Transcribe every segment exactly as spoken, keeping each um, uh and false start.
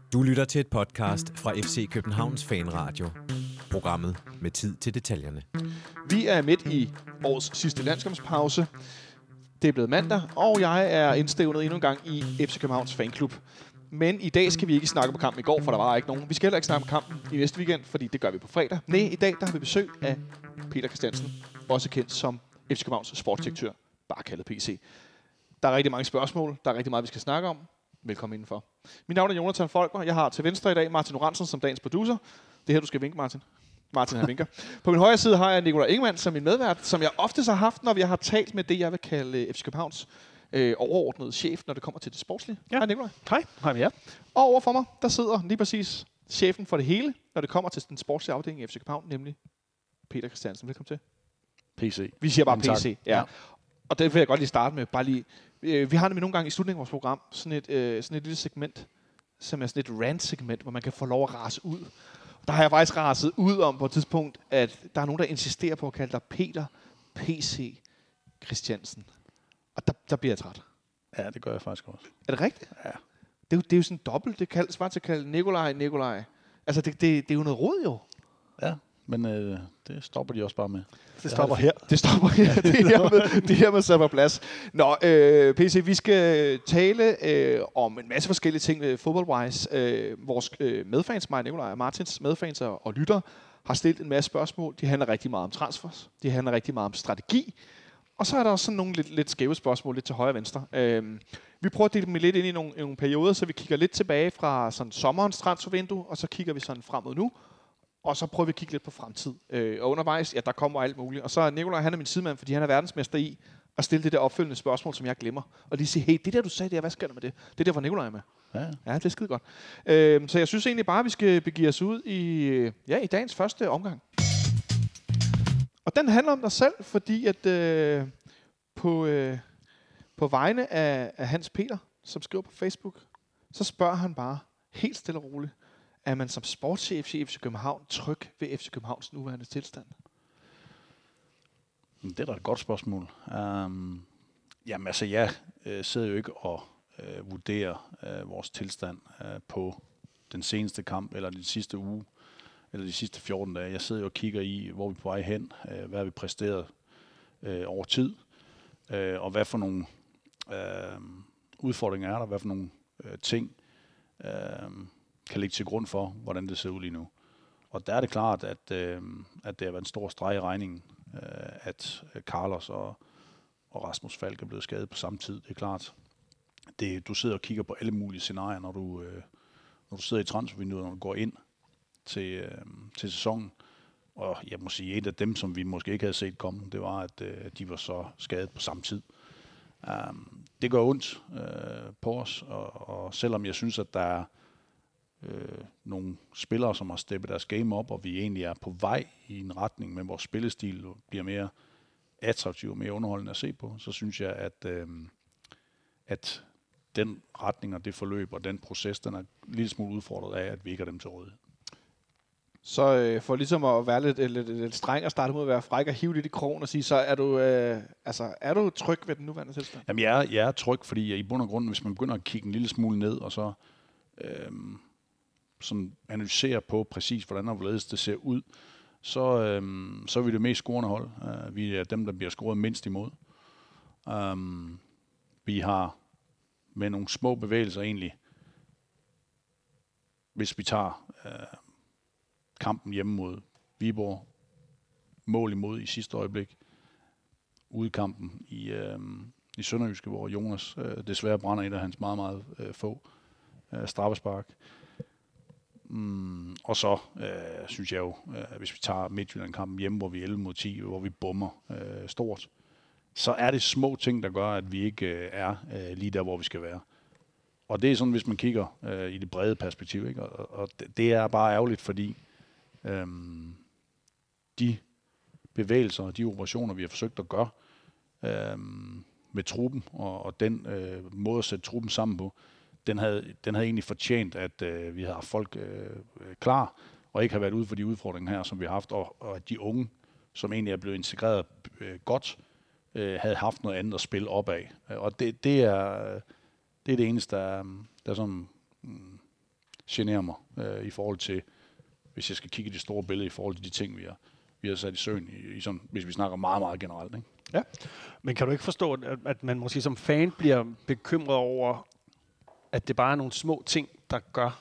Du lytter til et podcast fra F C Københavns Fanradio. Programmet med tid til detaljerne. Vi er midt i årets sidste landskampspause. Det er blevet mandag, og jeg er indstævnet endnu en gang i F C Københavns Fanklub. Men i dag skal vi ikke snakke om kampen i går, for der var ikke nogen. Vi skal heller ikke snakke om kampen i næste weekend, fordi det gør vi på fredag. Nej, i dag der har vi besøg af Peter Christiansen, også kendt som F C Københavns sportsdirektør, bare kaldet P C. Der er rigtig mange spørgsmål, der er rigtig meget, vi skal snakke om. Velkommen indenfor. Mit navn er Jonathan Folker. Jeg har til venstre i dag Martin Oransen som dagens producer. Det er her, du skal vinke, Martin. Martin, han vinker. På min højre side har jeg Nikolaj Ingemann som min medvært, som jeg ofte har haft, når vi har talt med det, jeg vil kalde F C Københavns øh, overordnede chef, når det kommer til det sportslige. Ja. Hej Nikolaj. Hej. Hej med jer. Og overfor mig, der sidder lige præcis chefen for det hele, når det kommer til den sportslige afdeling i F C København, nemlig Peter Christiansen. Velkommen til. P C. Vi siger bare Men P C. Ja. ja. Og det vil jeg godt lige starte med. Bare lige, øh, vi har nemlig nogle gange i slutningen af vores program sådan et, øh, sådan et lille segment, som er sådan et rant-segment, hvor man kan få lov at rase ud. Der har jeg faktisk raset ud om på et tidspunkt, at der er nogen, der insisterer på at kalde dig Peter P C Christiansen. Og der, der bliver jeg træt. Ja, det gør jeg faktisk også. Er det rigtigt? Ja. Det er jo, det er jo sådan dobbelt. Det kaldes bare til at kalde Nikolaj Nikolaj. Altså, det, det, det er jo noget rod, jo. Ja, men øh, det stopper de også bare med. Det stopper her. Det stopper her. Det er hermed, det er hermed sat på plads. Nå, øh, P C, vi skal tale øh, om en masse forskellige ting øh, fodboldwise. Øh, vores øh, medfans, mig, Nikolaj og Martins medfans og, og lytter, har stillet en masse spørgsmål. De handler rigtig meget om transfers. De handler rigtig meget om strategi. Og så er der også sådan nogle lidt, lidt skæve spørgsmål, lidt til højre og venstre. Øh, vi prøver at dele dem lidt ind i nogle, i nogle perioder, så vi kigger lidt tilbage fra sådan sommerens transfervindue, og så kigger vi sådan fremad nu. Og så prøver vi at kigge lidt på fremtid. Øh, og undervejs, ja, der kommer alt muligt. Og så er Nikolaj, han er min sidemand, fordi han er verdensmester i at stille det der opfølgende spørgsmål, som jeg glemmer. Og lige sige, hey, det der, du sagde der, hvad sker der med det? Det er der, hvor Nikolaj er med. Ja. Ja, det er skide godt. Øh, så jeg synes egentlig bare, at vi skal begive os ud i, ja, i dagens første omgang. Og den handler om dig selv, fordi at øh, på, øh, på vegne af, af Hans Peter, som skriver på Facebook, så spørger han bare helt stille og roligt, er man som sportschef i F C København tryg ved F C Københavns nuværende tilstand? Det er da et godt spørgsmål. Um, jamen altså, jeg øh, sidder jo ikke og øh, vurderer øh, vores tilstand øh, på den seneste kamp, eller den sidste uge, eller de sidste fjorten dage. Jeg sidder jo og kigger i, hvor vi er på vej hen, øh, hvad har vi præsteret øh, over tid, øh, og hvad for nogle øh, udfordringer er der, hvad for nogle øh, ting øh, kan ligge til grund for, hvordan det ser ud lige nu. Og der er det klart, at, øh, at det har været en stor streg i regningen, øh, at Carlos og, og Rasmus Falk er blevet skadet på samme tid. Det er klart, det, du sidder og kigger på alle mulige scenarier, når du, øh, når du sidder i transfervinduet, når du går ind til, øh, til sæsonen. Og jeg må sige, et af dem, som vi måske ikke havde set komme, det var, at øh, de var så skadet på samme tid. Um, det gør ondt øh, på os, og, og selvom jeg synes, at der er Øh, nogle spillere, som har steppet deres game op, og vi egentlig er på vej i en retning, men vores spillestil bliver mere attraktiv og mere underholdende at se på, så synes jeg, at, øh, at den retning og det forløb og den proces, den er en lille smule udfordret af, at vi ikke har dem til rådighed. Så øh, for ligesom at være lidt, lidt, lidt streng og starte mod at være fræk og hive lidt i krogen og sige, så er du, øh, altså, er du tryg ved den nuværende tilstand? Jamen, jeg er, jeg er tryg, fordi jeg, i bund og grund, hvis man begynder at kigge en lille smule ned, og så øh, sådan analysere på præcis, hvordan og hvorledes det ser ud, så, øhm, så er vi det mest scorende hold. Uh, vi er dem, der bliver scoret mindst imod. Um, vi har med nogle små bevægelser egentlig, hvis vi tager uh, kampen hjemme mod Viborg, mål imod i sidste øjeblik, udekampen i, uh, i Sønderjyske, hvor Jonas uh, desværre brænder et af hans meget, meget uh, få uh, straffespark. Mm, og så øh, synes jeg jo, øh, hvis vi tager Midtjylland-kampen hjemme, hvor vi er elleve mod ti, hvor vi bomber øh, stort, så er det små ting, der gør, at vi ikke øh, er øh, lige der, hvor vi skal være. Og det er sådan, hvis man kigger øh, i det brede perspektiv, ikke? Og, og det, det er bare ærgerligt, fordi øh, de bevægelser og de operationer, vi har forsøgt at gøre øh, med truppen, og, og den øh, måde at sætte truppen sammen på, Den havde, den havde egentlig fortjent, at øh, vi havde haft folk øh, klar, og ikke har været ude for de udfordringer her, som vi har haft, og, og at de unge, som egentlig er blevet integreret øh, godt, øh, havde haft noget andet at spille op af. Og det, det, er, det er det eneste, der, der sådan, mm, generer mig øh, i forhold til, hvis jeg skal kigge i det store billede, i forhold til de ting, vi har, vi har sat i søen, i, i sådan, hvis vi snakker meget, meget generelt. Ikke? Ja. Men kan du ikke forstå, at, at man måske som fan bliver bekymret over, at det bare er nogle små ting, der gør,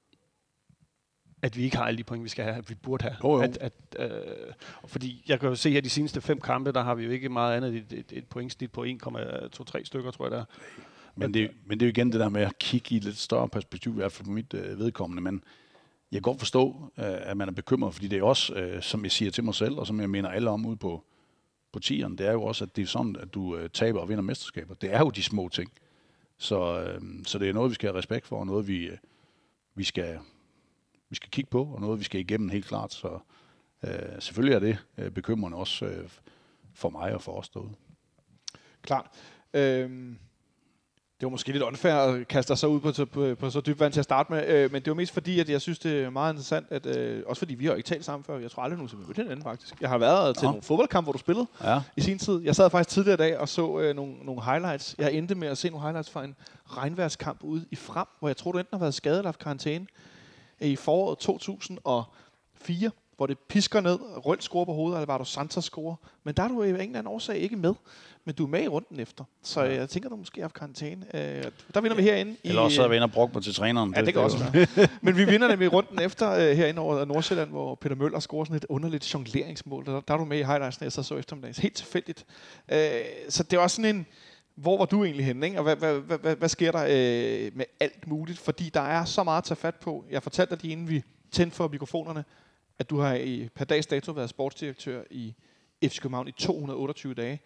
at vi ikke har alle de point, vi skal have, at vi burde have. Jo, jo. At, at, øh, fordi jeg kan jo se her, de seneste fem kampe, der har vi jo ikke meget andet et, et, et pointsnit på en komma to tre stykker, tror jeg der. Men det, men det er jo igen det der med at kigge i et lidt større perspektiv, i hvert fald på mit øh, vedkommende. Men jeg kan godt forstå, øh, at man er bekymret, fordi det er også, øh, som jeg siger til mig selv, og som jeg mener alle om ude på, på tieren, det er jo også, at det er sådan, at du øh, taber og vinder mesterskaber. Det er jo de små ting. Så, øh, så det er noget, vi skal have respekt for, og noget, vi, øh, vi, skal, vi skal kigge på, og noget, vi skal igennem helt klart. Så øh, selvfølgelig er det øh, bekymrende også øh, for mig og for os derude. Klart. Øhm Det var måske lidt unfair at kaste sig ud på, på, på, på så dybt vand til at starte med, øh, men det var mest fordi, at jeg synes, det er meget interessant, at, øh, også fordi vi har ikke talt sammen før. Jeg tror aldrig nogensinde, vi mødte hinanden faktisk. Jeg har været til ja. nogle fodboldkampe, hvor du spillede ja. i sin tid. Jeg sad faktisk tidligere i dag og så øh, nogle, nogle highlights. Jeg endte med at se nogle highlights fra en regnværskamp ude i Frem, hvor jeg tror, du enten har været skadet eller haft karantæne i foråret to tusind og fire, hvor det pisker ned, Rølt scorer på hovedet, eller var du Santos scorer. Men der er du af en eller anden årsag ikke med. Men du er med i runden efter. Så ja. jeg tænker, du måske har haft karantæne. Øh, der vinder ja. vi herinde. Eller også så er vi inde og brokke mig til træneren. Ja, det, det kan også være. Men vi vinder nemlig runden efter øh, herinde over Nordsjælland, hvor Peter Møller scorer sådan et underligt jongleringsmål. Der, der er du med i highlightsene, jeg så så eftermiddags. Helt tilfældigt. Øh, så det er også sådan en... Hvor var du egentlig henne, ikke? Og hvad, hvad, hvad, hvad, hvad sker der øh, med alt muligt? Fordi der er så meget at tage fat på. Jeg fortalte dig lige, inden vi tændte for mikrofonerne, at du har i, per dags dato været sportsdirektør i F C København i to hundrede og otteogtyve dage.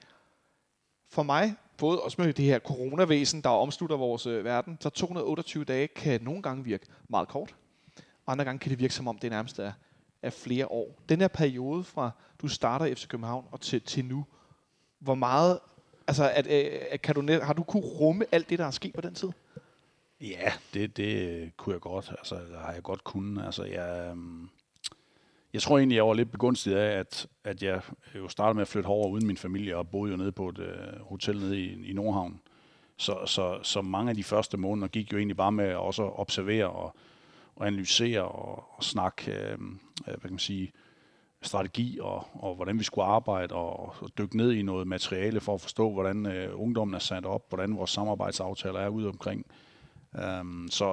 For mig, både også med det her coronavæsen, der omslutter vores øh, verden, så to hundrede og otteogtyve dage kan nogle gange virke meget kort. Og andre gange kan det virke som om, det nærmest er, er flere år. Den her periode fra du starter i F C København og til, til nu, hvor meget, altså at, at, kan du net, har du kunne rumme alt det, der er sket på den tid? Ja, det, det kunne jeg godt. Altså, der har jeg godt kunnet. Altså, jeg... Um Jeg tror egentlig, jeg var lidt begunstiget af, at, at jeg jo startede med at flytte over uden min familie og boede jo nede på et uh, hotel nede i, i Nordhavn. Så, så, så mange af de første måneder gik jo egentlig bare med at også observere og, og analysere og, og snakke uh, hvad kan man sige, strategi og, og hvordan vi skulle arbejde og, og dykke ned i noget materiale for at forstå, hvordan uh, ungdommen er sat op, hvordan vores samarbejdsaftaler er ude omkring. Um, så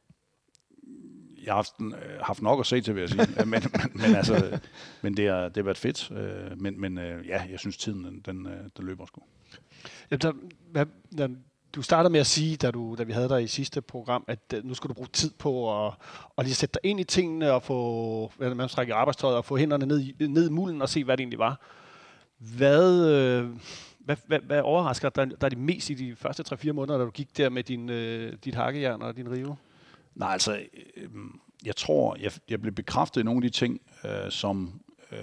Jeg har haft, øh, haft nok at se til, vil jeg sige. men, men, men, altså, men det, er, det har været fedt. Øh, men men øh, ja, jeg synes, tiden den, den, den løber sgu. Ja, der, hvad, der, du startede med at sige, da, du, da vi havde dig i sidste program, at uh, nu skal du bruge tid på at, at lige sætte dig ind i tingene og få man strække arbejdstøjet og få hænderne ned, ned i mulden og se, hvad det egentlig var. Hvad, øh, hvad, hvad, hvad overrasker dig der, der er det mest i de første tre fire måneder, da du gik der med din, øh, dit hakkejern og din rive? Nej, altså, øh, jeg tror, jeg, jeg blev bekræftet i nogle af de ting, øh, som øh,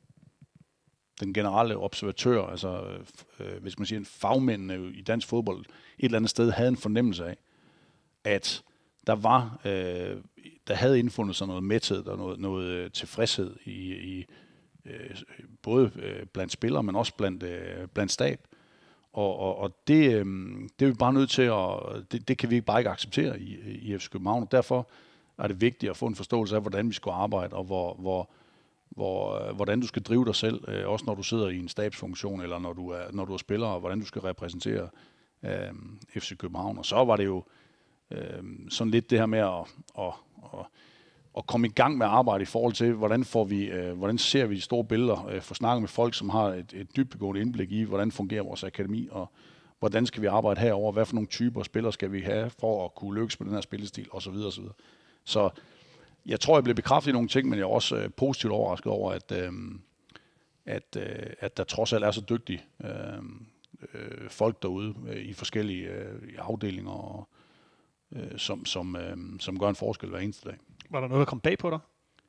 den generelle observatør, altså øh, hvis man siger en fagmændene i dansk fodbold, et eller andet sted havde en fornemmelse af, at der var, øh, der havde indfundet sig noget mæthed og noget, noget tilfredshed i, i øh, både øh, blandt spillere, men også blandt, øh, blandt stab. Og, og, og det, øh, det er vi bare nødt til at, det, det kan vi bare ikke acceptere i, i F C København. Og derfor er det vigtigt at få en forståelse af, hvordan vi skal arbejde, og hvor, hvor, hvor, hvordan du skal drive dig selv, øh, også når du sidder i en stabsfunktion, eller når du er, når du er spiller, og hvordan du skal repræsentere øh, F C København. Og så var det jo øh, sådan lidt det her med at, at, at, at komme i gang med arbejde i forhold til, hvordan, får vi, øh, hvordan ser vi de store billeder, øh, få snakket med folk, som har et, et dybdegående indblik i, hvordan fungerer vores akademi, og hvordan skal vi arbejde herover, hvad for nogle typer spillere skal vi have for at kunne lykkes med den her spillestil, osv. osv. Så jeg tror, jeg blev bekræftet i nogle ting, men jeg er også øh, positivt overrasket over, at, øh, at, øh, at der trods alt er så dygtige øh, øh, folk derude øh, i forskellige øh, afdelinger, og, øh, som, som, øh, som gør en forskel hver eneste dag. Var der noget, der kom bag på dig?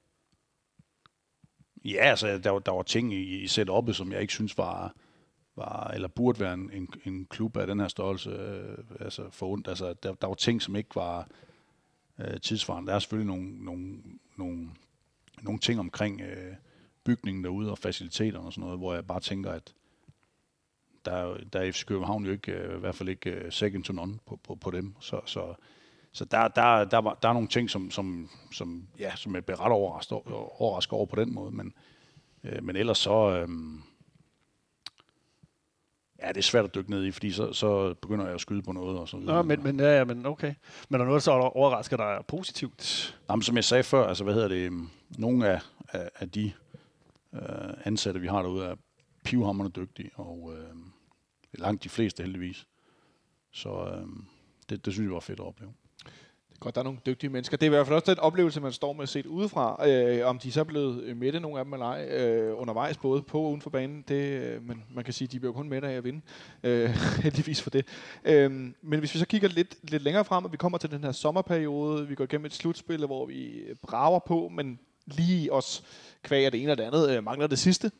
Ja, altså, der, der var ting i, i setup'et, som jeg ikke synes var, var eller burde være en, en, en klub af den her størrelse øh, altså forundt. Altså, der, der var ting, som ikke var øh, tidsvarende. Der er selvfølgelig nogle, nogle, nogle, nogle ting omkring øh, bygningen derude og faciliteterne og sådan noget, hvor jeg bare tænker, at der, der er F C København jo ikke, øh, i hvert fald ikke second to none på, på, på dem. Så, så så der, der, der, var, der er nogle ting, som, som, som, ja, som jeg bliver ret overrasket, overrasket over på den måde. Men, øh, men ellers så... Øh, ja, det er svært at dykke ned i, fordi så, så begynder jeg at skyde på noget og så videre. Nå, men, men, ja, ja, men okay. Men er der noget, så overrasker dig positivt? Jamen, som jeg sagde før, altså, hvad hedder det, nogle af, af, af de øh, ansatte, vi har derude, er pivhamrende dygtige, og øh, langt de fleste heldigvis. Så øh, det, det synes jeg var fedt at opleve. Godt, der er nogle dygtige mennesker. Det er i hvert fald også den oplevelse, man står med set udefra. Øh, om de så er blevet mætte, nogle af dem eller ej, øh, undervejs, både på og uden for banen, det, øh, men man kan sige, at de bliver kun mætte af at vinde. Øh, heldigvis for det. Øh, men hvis vi så kigger lidt, lidt længere frem, og vi kommer til den her sommerperiode, vi går igennem et slutspil, hvor vi brager på, men lige os kvæger det ene og det andet, øh, mangler det sidste.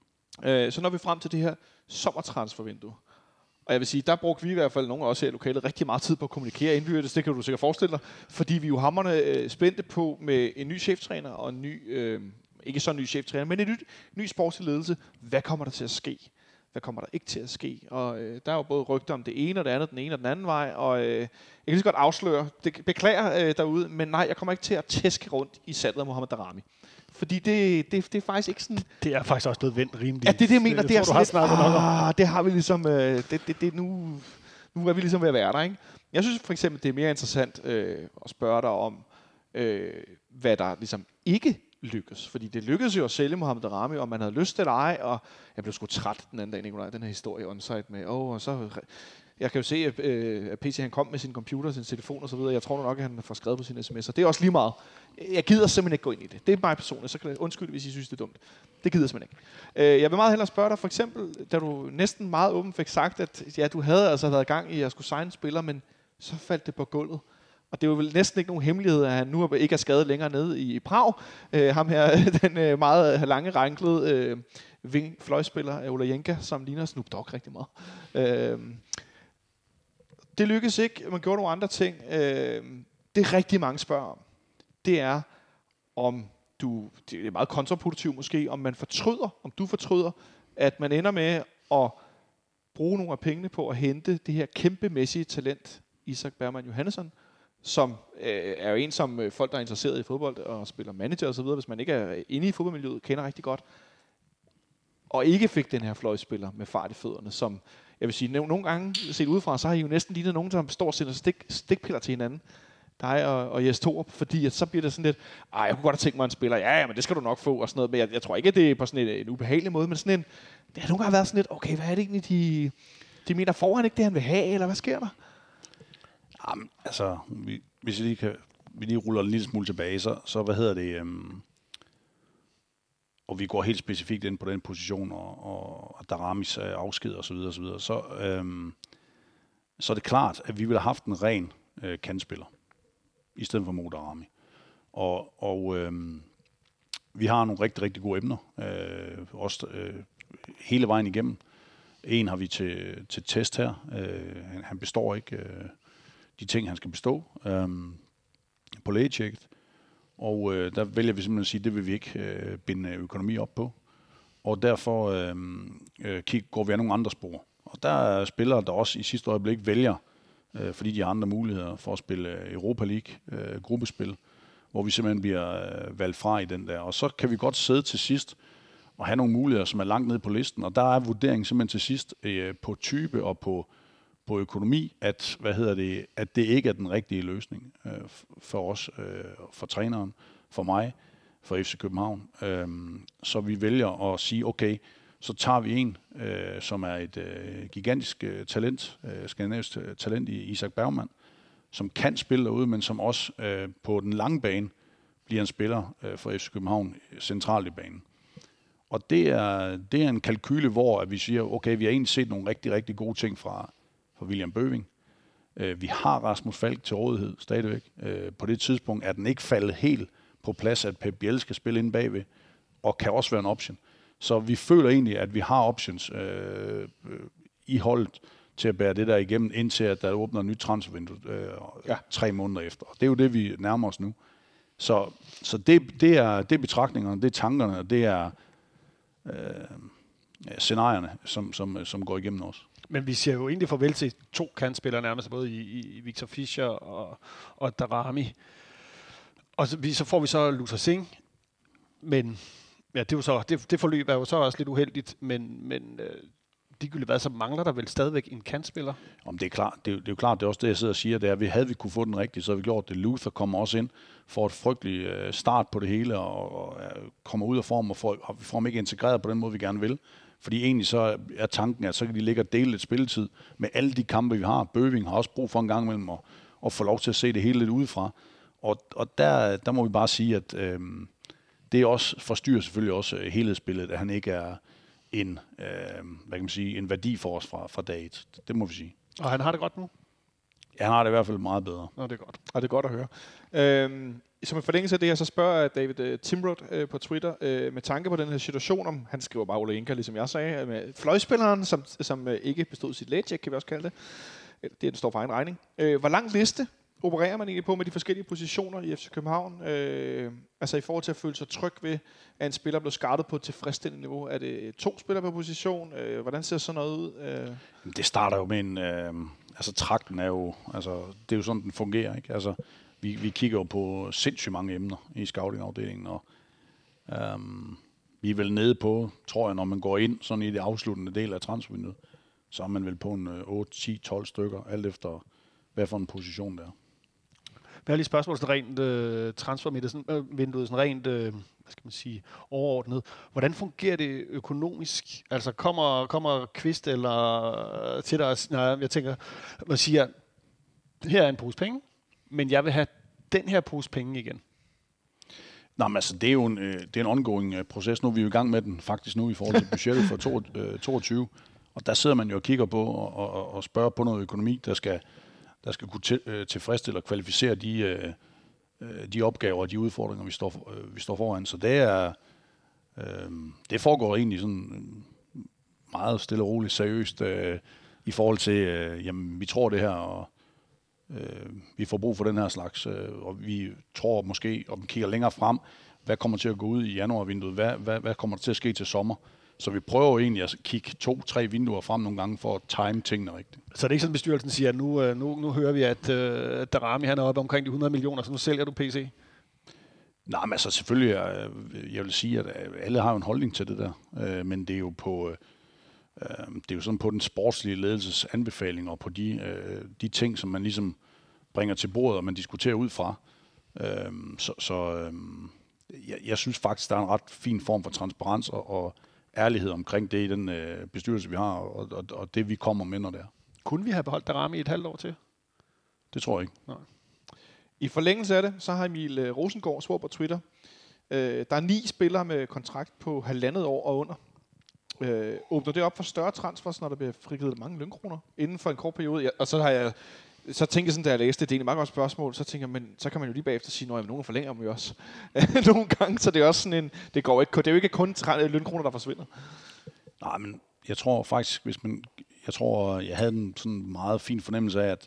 Øh, så når vi frem til det her sommertransfervindue. Og jeg vil sige, der brugte vi i hvert fald, nogle af os her i lokalet, rigtig meget tid på at kommunikere indbyrdes. Det kan du sikkert forestille dig. Fordi vi jo hammerne øh, spændte på med en ny cheftræner og en ny, øh, ikke så en ny cheftræner, men en ny, ny sportslig ledelse. Hvad kommer der til at ske? Hvad kommer der ikke til at ske? Og øh, der er jo både rygter om det ene og det andet, den ene og den anden vej. Og øh, jeg kan lige så godt afsløre, det beklager øh, derude, men nej, jeg kommer ikke til at tæske rundt i salget af Mohamed Daramy. Fordi det, det, det er faktisk ikke sådan... Det er faktisk også blevet vendt rimeligt. Ja, det er det, jeg mener. Jeg det er tror, sådan lidt, ah, det har vi ligesom... Øh, det, det, det, nu, nu er vi ligesom ved at være der, ikke? Jeg synes for eksempel, det er mere interessant øh, at spørge dig om, øh, hvad der ligesom ikke lykkes. Fordi det lykkedes jo at sælge Mohamed Daramy, om man havde lyst til eller ej, og jeg blev sgu træt den anden dag, Nikolaj, den her historie onsite med, åh, oh, og så... Jeg kan jo se, at, øh, at P C han kom med sin computer, sin telefon og så videre. Jeg tror nok, at han får skrevet på sine sms'er. Det er også lige meget. Jeg gider simpelthen ikke gå ind i det. Det er mig personligt, så kan jeg undskylde, hvis I synes, det er dumt. Det gider jeg simpelthen ikke. Øh, jeg vil meget hellere spørge dig, for eksempel, da du næsten meget åbent fik sagt, at ja, du havde altså været i gang i at skulle signe en spiller, men så faldt det på gulvet. Og det er jo vel næsten ikke nogen hemmelighed, at han nu ikke er skadet længere nede i Prag. Øh, ham her, den øh, meget lange, ranklede øh, ving-fløjspiller, Ola Jenka, som ligner Snoop Dogg rigtig meget. Øh, Det lykkedes ikke, man gjorde nogle andre ting. Øh, det rigtig mange spørger om, det er, om du, det er meget kontraproduktivt måske, om man fortryder, om du fortryder, at man ender med at bruge nogle af pengene på at hente det her kæmpemæssige talent, Isak Bergman Johannesson, som øh, er jo en, som øh, folk, der er interesseret i fodbold og spiller manager og så videre, hvis man ikke er inde i fodboldmiljøet, kender rigtig godt, og ikke fik den her fløjspiller med fart i fødderne, som jeg vil sige, nogle gange set udefra, så har I jo næsten lignet nogen, som står og sender stik, stikpiller til hinanden. Dig og, og Jes Torup, fordi at så bliver det sådan lidt, ej, jeg kunne godt have tænkt mig en spiller, ja, ja, men det skal du nok få, og sådan noget. Men jeg, jeg tror ikke, at det er på sådan en, en ubehagelig måde, men sådan en, det har nogle gange været sådan lidt, okay, hvad er det egentlig, de, de mener, får han ikke det, han vil have, eller hvad sker der? Jamen, altså, vi, hvis vi lige, kan, vi lige ruller en lille smule tilbage, så, så hvad hedder det... Øhm og vi går helt specifikt ind på den position, og, og, og Daramis afsked og så videre, og så videre, så, øhm, så er det klart, at vi ville have haft en ren øh, kantspiller, i stedet for Mo Daramy. Og, og øhm, vi har nogle rigtig, rigtig gode emner, øh, også øh, hele vejen igennem. En har vi til, til test her. Øh, han, han består ikke øh, de ting, han skal bestå øh, på lægetjekket. Og øh, der vælger vi simpelthen at sige, at det vil vi ikke øh, binde økonomi op på. Og derfor øh, øh, kig, går vi af nogle andre spor. Og der er spillere, der også i sidste øjeblik vælger, øh, fordi de har andre muligheder for at spille Europa League, øh, gruppespil, hvor vi simpelthen bliver øh, valgt fra i den der. Og så kan vi godt sidde til sidst og have nogle muligheder, som er langt nede på listen. Og der er vurderingen simpelthen til sidst øh, på type og på på økonomi, at hvad hedder det, at det ikke er den rigtige løsning øh, for os, øh, for træneren, for mig, for F C København. Øh, så vi vælger at sige, okay, så tager vi en, øh, som er et øh, gigantisk øh, talent, øh, skandinavisk talent i Isak Bergman, som kan spille derude, men som også øh, på den lange bane bliver en spiller øh, for F C København centralt i banen. Og det er, det er en kalkyle, hvor at vi siger, okay, vi har egentlig set nogle rigtig, rigtig gode ting fra for William Bøving. Øh, vi har Rasmus Falk til rådighed stadigvæk. Øh, på det tidspunkt er den ikke faldet helt på plads, at Pep Biel skal spille inde bagved, og kan også være en option. Så vi føler egentlig, at vi har options øh, i holdet til at bære det der igennem, indtil at der åbner et nyt transfervindue øh, ja. tre måneder efter. Og det er jo det, vi nærmer os nu. Så, så det, det, er, det er betragtningerne, det er tankerne, og det er øh, scenarierne, som, som, som går igennem os. Men vi siger jo egentlig farvel til to kantspillere nærmest, både i, i Victor Fischer og, og Daramy. Og så, vi, så får vi så Luther Singh, men ja, det, er jo så, det, det forløb er jo så også lidt uheldigt, men, men øh, ligegyldigt hvad, så mangler der vel stadigvæk en kantspiller. Om det er klart, det er, det er jo klart, det er også det, jeg sidder og siger, det er, at vi havde vi kunne få den rigtigt, så havde vi gjort det. Luther kommer også ind, får et frygteligt øh, start på det hele, og, og øh, kommer ud af form, og får, og vi får ham ikke integreret på den måde, vi gerne vil. Fordi egentlig så er tanken, at så kan de ligge og dele lidt spilletid med alle de kampe, vi har. Bøving har også brug for en gang imellem at, at få lov til at se det hele lidt udefra. Og, og der, der må vi bare sige, at øh, det også forstyrrer selvfølgelig også helhedsbilledet, at han ikke er en, øh, hvad kan man sige, en værdi for os fra, fra dag et. Det må vi sige. Og han har det godt nu? Ja, han har det i hvert fald meget bedre. Nå, det er godt. Og det er godt at høre. Øhm, som en forlængelse af det her, så spørger David uh, Timrod uh, på Twitter, uh, med tanke på den her situation om, han skriver bare Ole Inka, ligesom jeg sagde, med fløjspilleren, som, som uh, ikke bestod sit lægecheck, kan vi også kalde det. Det er, den står for egen regning. Uh, hvor lang liste opererer man egentlig på med de forskellige positioner i F C København? Øh, altså i forhold til at føle sig tryg ved, at en spiller blev skartet på et tilfredsstillende niveau. Er det to spillere per position? Øh, hvordan ser sådan noget ud? Øh? Det starter jo med en... Øh, altså trakten er jo... Altså, det er jo sådan, den fungerer, ikke? Altså, vi, vi kigger jo på sindssygt mange emner i scouting-afdelingen, og øh, vi er vel nede på, tror jeg, når man går ind sådan i det afsluttende del af transfervinduet, så er man vel på en øh, otte, ti, tolv stykker, alt efter hvad for en position der er. Jeg har lige spørgsmål sådan rent øh, transfervinduet, sådan rent, øh, hvad skal man sige, overordnet. Hvordan fungerer det økonomisk? Altså kommer, kommer Kvist eller til dig, nej, jeg tænker, man siger, her er en pose penge, men jeg vil have den her pose penge igen. Nå, men altså, det er jo en, det er en ongoing proces. Nu er vi jo i gang med den faktisk nu i forhold til budgettet for toogtyve. Og der sidder man jo og kigger på og, og, og spørger på noget økonomi, der skal der skal kunne til, øh, tilfredsstille og kvalificere de, øh, de opgaver og de udfordringer, vi står, øh, vi står foran. Så det er øh, det foregår egentlig sådan meget stille og roligt, seriøst øh, i forhold til, øh, jamen vi tror det her, og øh, vi får brug for den her slags, øh, og vi tror måske, og vi kigger længere frem, hvad kommer til at gå ud i januarvinduet, hvad, hvad, hvad kommer der til at ske til sommer. Så vi prøver egentlig at kigge to-tre vinduer frem nogle gange for at time tingene rigtigt. Så det er ikke sådan, bestyrelsen siger, at nu, nu, nu hører vi, at uh, Daramy han er oppe omkring de hundrede millioner, så nu sælger du P C? Nej, men altså selvfølgelig, jeg, jeg vil sige, at alle har jo en holdning til det der. Øh, men det er jo på øh, det er jo sådan på den sportslige ledelses anbefaling og på de, øh, de ting, som man ligesom bringer til bordet, og man diskuterer ud fra. Øh, så så øh, jeg, jeg synes faktisk, der er en ret fin form for transparens og, og ærlighed omkring det i den øh, bestyrelse, vi har, og, og, og det, vi kommer med, når det er. Kunne vi have beholdt Daramy et halvt år til? Det tror jeg ikke. Nej. I forlængelse af det, så har Emil øh, Rosengård spurgt på Twitter. Øh, der er ni spillere med kontrakt på halvandet år og under. Øh, åbner det op for større transfers, når der bliver frigivet mange lønkroner inden for en kort periode? Ja, og så har jeg så tænker jeg sådan, da jeg læste det, det er egentlig meget godt spørgsmål, så tænker jeg, men så kan man jo lige bagefter sige, at nogen forlænger dem jo også. Nogle gange, så det er også sådan en, det går ikke, det er jo ikke kun lønkroner, der forsvinder. Nej, men jeg tror faktisk, hvis man, jeg tror, jeg havde en sådan meget fin fornemmelse af, at,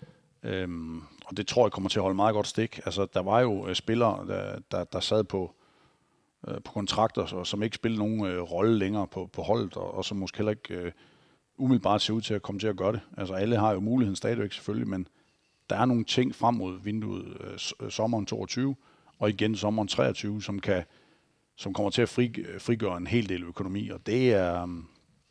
øhm, og det tror jeg kommer til at holde meget godt stik. Altså, der var jo øh, spillere, der, der, der sad på, øh, på kontrakter, så, som ikke spillede nogen øh, rolle længere på, på holdet, og, og som måske heller ikke øh, umiddelbart ser ud til at komme til at gøre det. Altså, alle har jo muligheden stadigvæk selvfølgelig, men der er nogle ting frem mod vinduet øh, sommeren toogtyve, og igen sommeren treogtyve, som kan som kommer til at fri, frigøre en hel del økonomi, og det er um,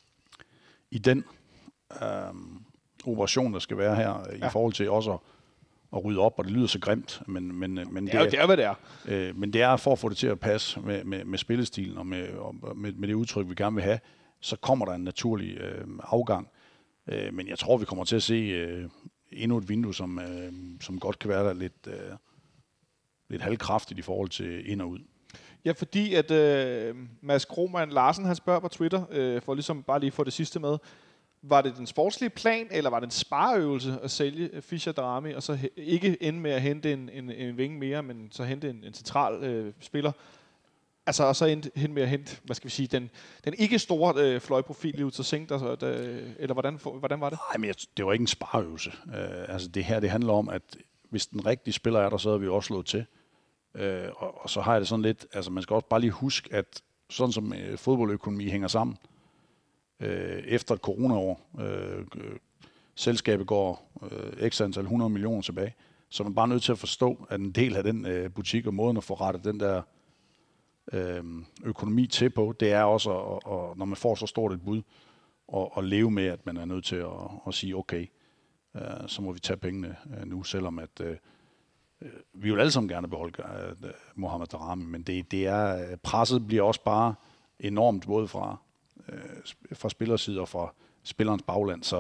i den um, operation, der skal være her, ja. I forhold til også at, at rydde op, og det lyder så grimt, men, men, men det, er, det, er, det er, hvad det er. Øh, men det er for at få det til at passe med, med, med spillestilen og, med, og med, med det udtryk, vi gerne vil have, så kommer der en naturlig øh, afgang. Øh, men jeg tror, vi kommer til at se øh, endnu et vindue, som, øh, som godt kan være der lidt, øh, lidt halvkraftigt i forhold til ind og ud. Ja, fordi at øh, Mads Krohmann Larsen, han spørger på Twitter, øh, for ligesom bare lige få det sidste med, var det den sportslige plan, eller var det en spareøvelse at sælge Fischer Daramy, og så he- ikke ende med at hente en, en, en vinge mere, men så hente en, en central øh, spiller? Altså, og så endte hen med at hente, hvad skal vi sige, den, den ikke store øh, fløjprofil i Utersing, der, der, eller hvordan, hvordan var det? Nej, men jeg, det var ikke en spareøvelse. Uh, altså, det her, det handler om, at hvis den rigtige spiller er der, så er vi jo også slået til. Uh, og, og så har jeg det sådan lidt, altså man skal også bare lige huske, at sådan som uh, fodboldøkonomi hænger sammen, øh, efter et coronaår. Øh, selskabet går øh, x antal hundrede millioner tilbage. Så man er bare nødt til at forstå, at en del af den øh, butik og måden at få rettet den der øh, økonomi til på, det er også, at, at, når man får så stort et bud, at, at leve med, at man er nødt til at, at sige, okay, øh, så må vi tage pengene øh, nu, selvom at øh, vi vil alle sammen gerne beholde øh, Mohamed Daramy, men det, det er, presset bliver også bare enormt, både fra, øh, fra spillerside og fra spillerens bagland, så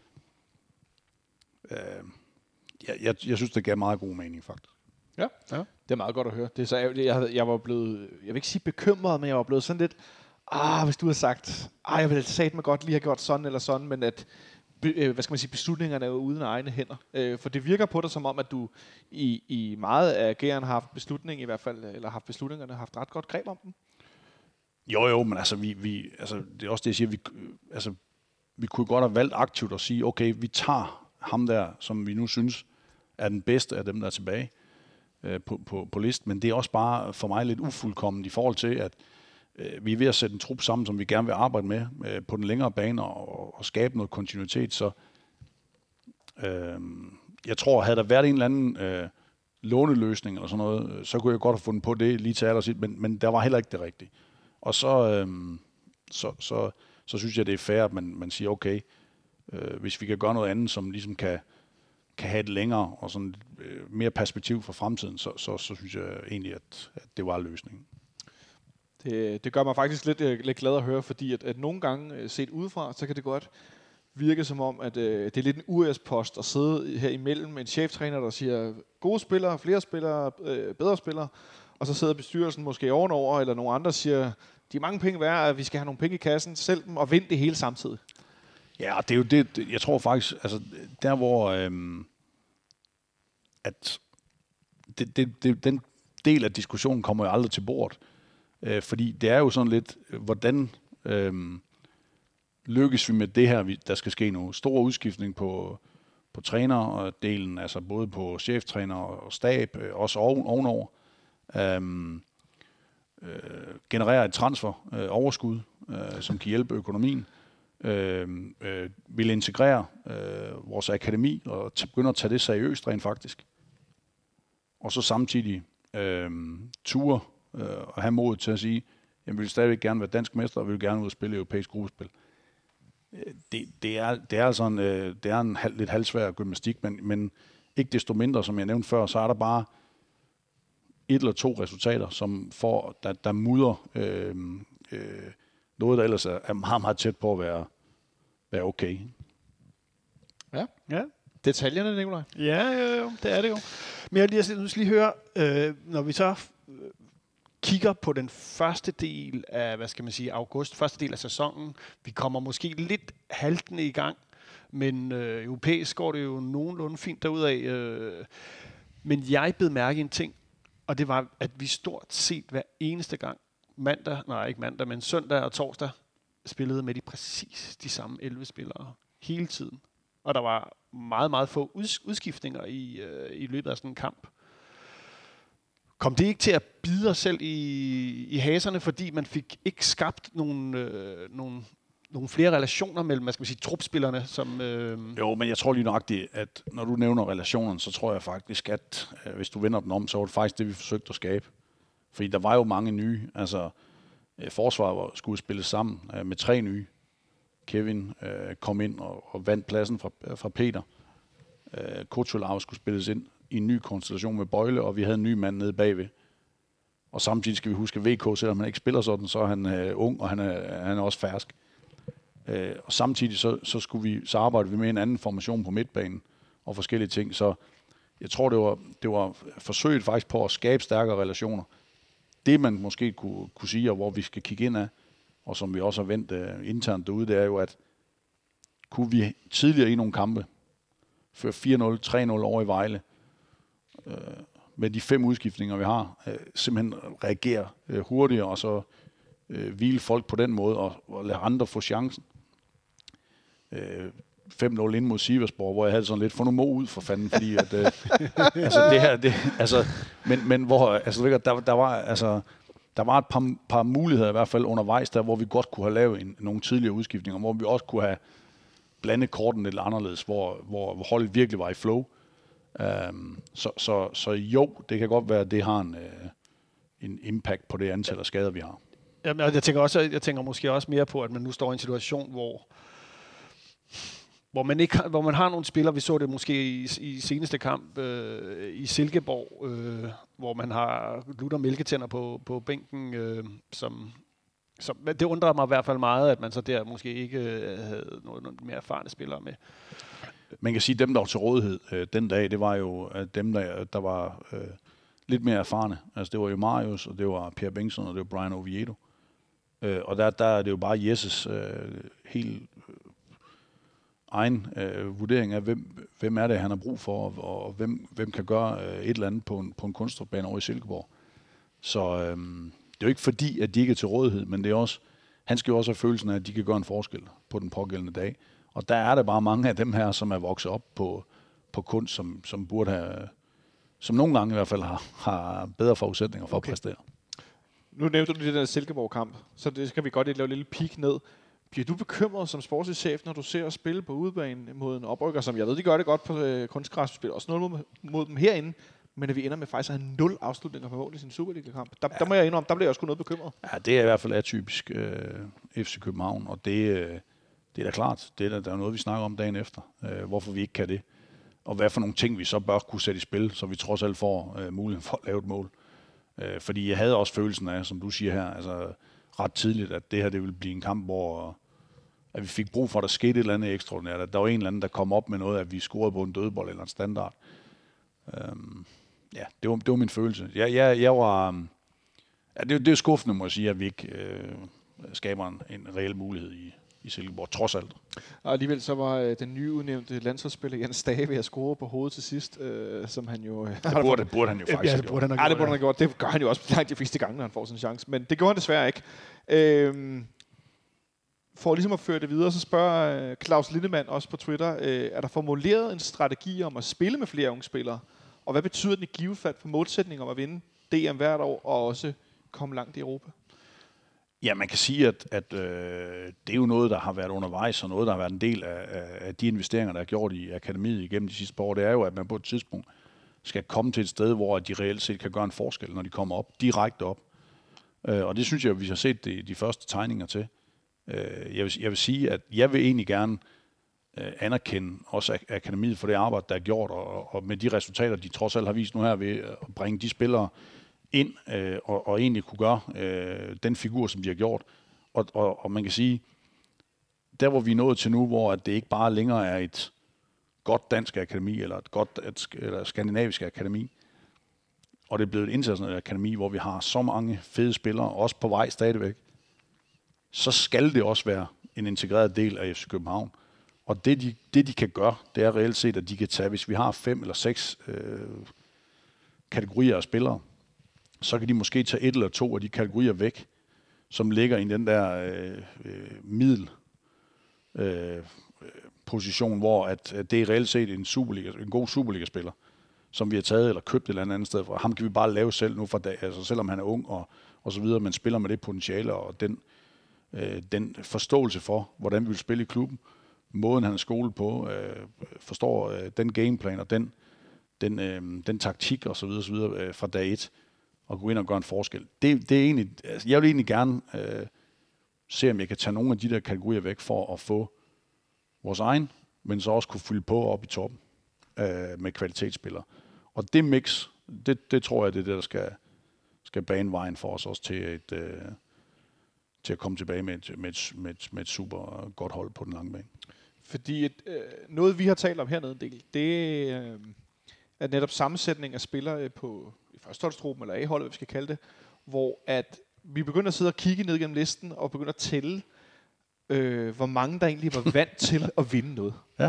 øh, jeg, jeg, jeg synes, det gav meget god mening, faktisk. Ja, ja, det er meget godt at høre. Det er så, jeg, jeg, jeg var blevet, jeg vil ikke sige bekymret, men jeg var blevet sådan lidt, ah, hvis du havde sagt, ah, jeg ville satme godt lige have gjort sådan eller sådan, men at, hvad skal man sige, beslutningerne er jo uden egne hænder. Øh, for det virker på dig som om, at du i, i meget af ageren har haft beslutning, i hvert fald, eller haft beslutningerne, haft ret godt greb om dem. Jo, jo, men altså, vi, vi, altså det er også det, jeg siger, vi, altså, vi kunne godt have valgt aktivt at sige, okay, vi tager ham der, som vi nu synes er den bedste af dem, der er tilbage øh, på, på, på listen, men det er også bare for mig lidt ufuldkomment i forhold til, at øh, vi er ved at sætte en trup sammen, som vi gerne vil arbejde med øh, på den længere bane og, og skabe noget kontinuitet, så øh, jeg tror, havde der været en eller anden øh, låneløsning eller sådan noget, så kunne jeg godt have fundet på det lige til allersidst, men, men der var heller ikke det rigtige. Og så, øh, så, så, så synes jeg, det er fair, at man, man siger, okay, øh, hvis vi kan gøre noget andet, som ligesom kan, kan have et længere og sådan øh, mere perspektiv for fremtiden, så, så, så synes jeg egentlig, at, at det var løsningen. Det, det gør mig faktisk lidt, lidt glad at høre, fordi at, at nogle gange set udefra, så kan det godt virke som om, at øh, det er lidt en U S-post at sidde her imellem en cheftræner, der siger gode spillere, flere spillere, øh, bedre spillere, og så sidder bestyrelsen måske ovenover, eller nogle andre siger, de er mange penge værd, at vi skal have nogle penge i kassen, selv dem, og vinde det hele samtidig. Ja, det er jo det, jeg tror faktisk, altså der hvor, øhm, at det, det, det, den del af diskussionen kommer jo aldrig til bordet, øh, fordi det er jo sådan lidt, hvordan øhm, lykkes vi med det her, der skal ske nu. Stor udskiftning på, på trænerdelen, altså både på cheftræner og stab, øh, også oven, ovenover. Øhm, øh, generere et transfer øh, overskud, øh, som kan hjælpe økonomien. Øh, øh, vil integrere øh, vores akademi og t- begynde at tage det seriøst rent faktisk. Og så samtidig øh, ture øh, og have mod til at sige, jamen vi vil stadigvæk gerne være dansk mester, og vi vil gerne ud og spille europæisk gruppespil. Det, det, er, det er altså en, øh, det er en halv, lidt halvsvær gymnastik, men, men ikke desto mindre, som jeg nævnte før, så er der bare et eller to resultater, som får, der, der mudder øh, øh, noget, der ellers er, er meget, meget tæt på at være, være okay. Ja, ja. Detaljerne, Nikolaj. Ja, jo, jo, det er det jo. Men jeg vil lige, jeg lige høre, øh, når vi så øh, kigger på den første del af, hvad skal man sige, august, første del af sæsonen, vi kommer måske lidt haltende i gang, men øh, europæisk går det jo nogenlunde fint derudad. Øh, men jeg bed mærke i en ting, og det var, at vi stort set hver eneste gang, mandag, nej ikke mandag, men søndag og torsdag, spillede med de præcis de samme elleve spillere hele tiden. Og der var meget, meget få udskiftninger i, øh, i løbet af sådan en kamp. Kom det ikke til at bide os selv i, i haserne, fordi man fik ikke skabt nogle, øh, nogle, nogle flere relationer mellem, hvad skal man sige, trupspillerne? Som, øh Jo, men jeg tror lige nøjagtigt, at når du nævner relationen, så tror jeg faktisk, at øh, hvis du vender den om, så var det faktisk det, vi forsøgte at skabe. Fordi der var jo mange nye, altså øh, forsvaret skulle spilles sammen øh, med tre nye. Kevin øh, kom ind og, og vandt pladsen fra, fra Peter. Øh, Kutsulov skulle spilles ind i en ny konstellation med Bøjle, og vi havde en ny mand nede bagved. Og samtidig skal vi huske, at V K, selvom han ikke spiller sådan, så er han øh, ung, og han er, han er også fersk. Øh, og samtidig så, så, skulle vi, så arbejdede vi med en anden formation på midtbanen og forskellige ting. Så jeg tror, det var, det var forsøget faktisk på at skabe stærkere relationer. Det man måske kunne, kunne sige, og hvor vi skal kigge ind af, og som vi også har vendt uh, internt derude, det er jo, at kunne vi tidligere i nogle kampe, før fire nul, tre nul over i Vejle, uh, med de fem udskiftninger, vi har, uh, simpelthen reagere uh, hurtigere, og så uh, hvile folk på den måde, og, og lade andre få chancen. Uh, fem nul ind mod Siversborg, hvor jeg havde sådan lidt, få nu Mo ud for fanden, fordi at, uh, altså det her, det, altså, men, men hvor, altså der, der var, altså, der var et par, par muligheder i hvert fald undervejs, der hvor vi godt kunne have lavet en, nogle tidligere udskiftninger, hvor vi også kunne have blandet korten lidt anderledes, hvor, hvor holdet virkelig var i flow. Um, så, så, så jo, det kan godt være, at det har en, uh, en impact på det antal af skader, vi har. Jamen, jeg tænker også, jeg tænker måske også mere på, at man nu står i en situation, hvor hvor man ikke har, hvor man har nogle spillere, vi så det måske i, i seneste kamp øh, i Silkeborg, øh, hvor man har Luther Mælketænder på på bænken, øh, som som det undrer mig i hvert fald meget, at man så der måske ikke øh, havde noget, noget mere erfarne spillere med. Man kan sige, at dem, der var til rådighed øh, den dag, det var jo øh, dem, der, der var øh, lidt mere erfarne. Altså det var jo Marius, og det var Pierre Bengtsson, og det var Brian Oviedo. Øh, og der, der er det jo bare Jesses øh, helt øh, egen øh, vurdering af, hvem, hvem er det, han har brug for, og, og hvem, hvem kan gøre øh, et eller andet på en, på en kunststofbane over i Silkeborg. Så øh, det er jo ikke fordi, at de ikke er til rådighed, men det er også, han skal jo også have følelsen af, at de kan gøre en forskel på den pågældende dag. Og der er der bare mange af dem her, som er vokset op på, på kunst, som, som burde have, som nogle gange i hvert fald har, har bedre forudsætninger for okay. at præstere. Nu nævnte du det der Silkeborg-kamp, så det skal vi godt lave et lille peek ned. Bliver du bekymret som sportschef, når du ser at spille på udebane mod en oprykker, som jeg ved, de gør det godt på øh, kunstgræs, vi spiller også nul mod, mod dem herinde, men at vi ender med faktisk at have nul afslutninger på mål i sin Superliga-kamp. Der, ja. der må jeg indrømme, der bliver jeg også noget bekymret. Ja, det er i hvert fald atypisk øh, F C København, og det, øh, det er da klart. Det er da, der er noget, vi snakker om dagen efter, øh, hvorfor vi ikke kan det. Og hvad for nogle ting, vi så bør kunne sætte i spil, så vi trods alt får øh, muligheden for at lave et mål. Øh, fordi jeg havde også følelsen af, som du siger her, altså ret tidligt, at det her det ville blive en kamp, hvor at vi fik brug for, at der skete et eller andet ekstraordinært. At der var en eller anden, der kom op med noget, at vi scorede på en dødbold eller en standard. Øhm, ja, det var, det var min følelse. Jeg, jeg, jeg var... Ja, det, det er skuffende, må jeg sige, at vi ikke øh, skaber en, en reel mulighed i, i Silkeborg, trods alt. Og alligevel så var øh, den nyudnævnte landsholdsspiller Jens Stage ved at score på hovedet til sidst, øh, som han jo... Øh, det, burde, det burde han jo faktisk ja, det burde han have gjort. Ja, det burde han have gjort. Det gør han jo også langt de fleste gange, når han får sin chance. Men det gjorde han desværre ikke. Øh, For ligesom at føre det videre, så spørger øh, Claus Lindemann også på Twitter, øh, er der formuleret en strategi om at spille med flere unge spillere? Og hvad betyder den i givet fald for målsætningen om at vinde D M hvert år og også komme langt i Europa? Ja, man kan sige, at, at øh, det er jo noget, der har været undervejs, og noget, der har været en del af, af de investeringer, der er gjort i akademiet igennem de sidste par år. Det er jo, at man på et tidspunkt skal komme til et sted, hvor de reelt set kan gøre en forskel, når de kommer op, direkte op. Øh, og det synes jeg, vi har set de, de første tegninger til. Jeg vil, jeg vil sige, at jeg vil egentlig gerne øh, anerkende også akademiet for det arbejde, der er gjort, og, og med de resultater, de trods alt har vist nu her ved at bringe de spillere ind øh, og, og egentlig kunne gøre øh, den figur, som de har gjort. Og, og, og man kan sige, der hvor vi er nået til nu, hvor at det ikke bare længere er et godt dansk akademi, eller et godt et, eller skandinavisk akademi, og det er blevet et internationalt akademi, hvor vi har så mange fede spillere, også på vej stadigvæk, så skal det også være en integreret del af F C København. Og det de, det, de kan gøre, det er reelt set, at de kan tage, hvis vi har fem eller seks øh, kategorier af spillere, så kan de måske tage et eller to af de kategorier væk, som ligger i den der øh, øh, middel øh, position, hvor at, at det er reelt set en, Superliga, en god Superliga-spiller, som vi har taget eller købt et eller andet sted fra. Ham kan vi bare lave selv nu, for dag, altså selvom han er ung og, og så videre, men spiller med det potentiale og den den forståelse for, hvordan vi vil spille i klubben, måden han er skolet på, øh, forstår øh, den gameplan og den, den, øh, den taktik og så videre, så videre øh, fra dag et, og gå ind og gøre en forskel. Det, det er egentlig, altså, jeg vil egentlig gerne øh, se, om jeg kan tage nogle af de der kategorier væk for at få vores egen, men så også kunne fylde på op i toppen øh, med kvalitetsspillere. Og det mix, det, det tror jeg, det er det, der skal, skal bane vejen for os også til et... Øh, til at komme tilbage med et, med, et, med, et, med et super godt hold på den lange bane. Fordi et, øh, noget, vi har talt om hernede en del, det øh, er netop sammensætning af spillere på i førsteholdstruppen, eller A-holdet, hvad vi skal kalde det, hvor at vi begynder at sidde og kigge ned gennem listen, og begynder at tælle, øh, hvor mange der egentlig var vant til at vinde noget. Ja.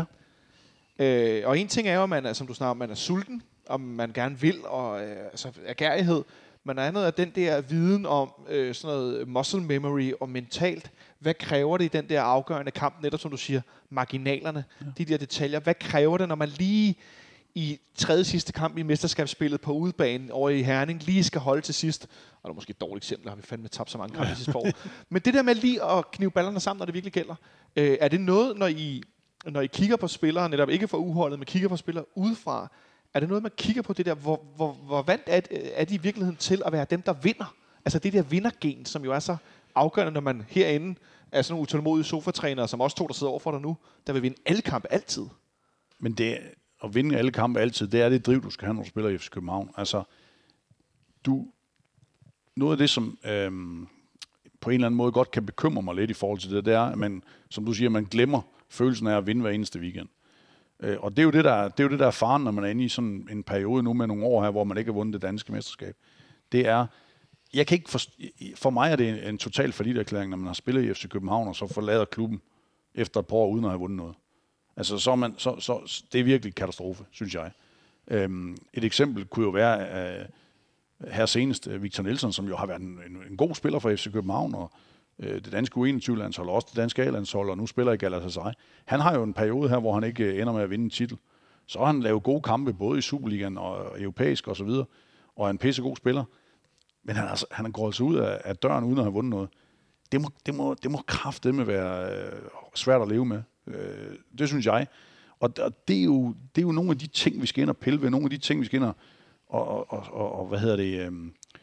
Øh, og en ting er jo, at man er, som du snakker om, man er sulten, og man gerne vil, og øh, altså ergærighed, men andet er den der viden om øh, sådan noget muscle memory og mentalt. Hvad kræver det i den der afgørende kamp, netop som du siger, marginalerne, ja. De der detaljer. Hvad kræver det, når man lige i tredje sidste kamp i mesterskabsspillet på udebane over i Herning, lige skal holde til sidst. Og det er måske et dårligt eksempel, har vi fandme tabt så mange kampe i sidste år. Men det der med lige at knive ballerne sammen, når det virkelig gælder, øh, er det noget, når I, når I kigger på spillere, netop ikke for uholdet, men kigger på spillere udefra, er det noget, man kigger på det der, hvor, hvor, hvor vant er, er de i virkeligheden til at være dem, der vinder? Altså det der vindergen, som jo er så afgørende, når man herinde er sådan nogle utålmodige sofatrænere, som også to, der sidder overfor dig nu, der vil vinde alle kampe altid. Men det at vinde alle kampe altid, det er det driv, du skal have, når du spiller i F C København. Altså, du, noget af det, som øhm, på en eller anden måde godt kan bekymre mig lidt i forhold til det, det er, at man, som du siger, man glemmer følelsen af at vinde hver eneste weekend. Øh, og det er, jo det, der, det er jo det, der er faren, når man er inde i sådan en periode nu med nogle år her, hvor man ikke har vundet det danske mesterskab. Det er, jeg kan ikke for, for mig er det en, en total falliterklæring, når man har spillet i F C København, og så forlader klubben efter et par år uden at have vundet noget. Altså, så er man, så, så, det er virkelig katastrofe, synes jeg. Øhm, et eksempel kunne jo være øh, her senest Victor Nielsen, som jo har været en, en, en god spiller for F C København, og øh, det danske U enogtyve-landshold, og også det danske A-landshold, og nu spiller i Galatasaray. Han har jo en periode her, hvor han ikke ender med at vinde en titel. Så har han lavet gode kampe, både i Superligaen og europæisk og så videre, og er en pissegod spiller. Men han, altså, han er gået altså ud af, af døren, uden at have vundet noget. Det må, det må, det må kraftedeme være øh, svært at leve med. Øh, det synes jeg. Og, og det, er jo, det er jo nogle af de ting, vi skal ind og pille ved. Nogle af de ting, vi skal ind og, og, og, og, og hvad hedder det, øh,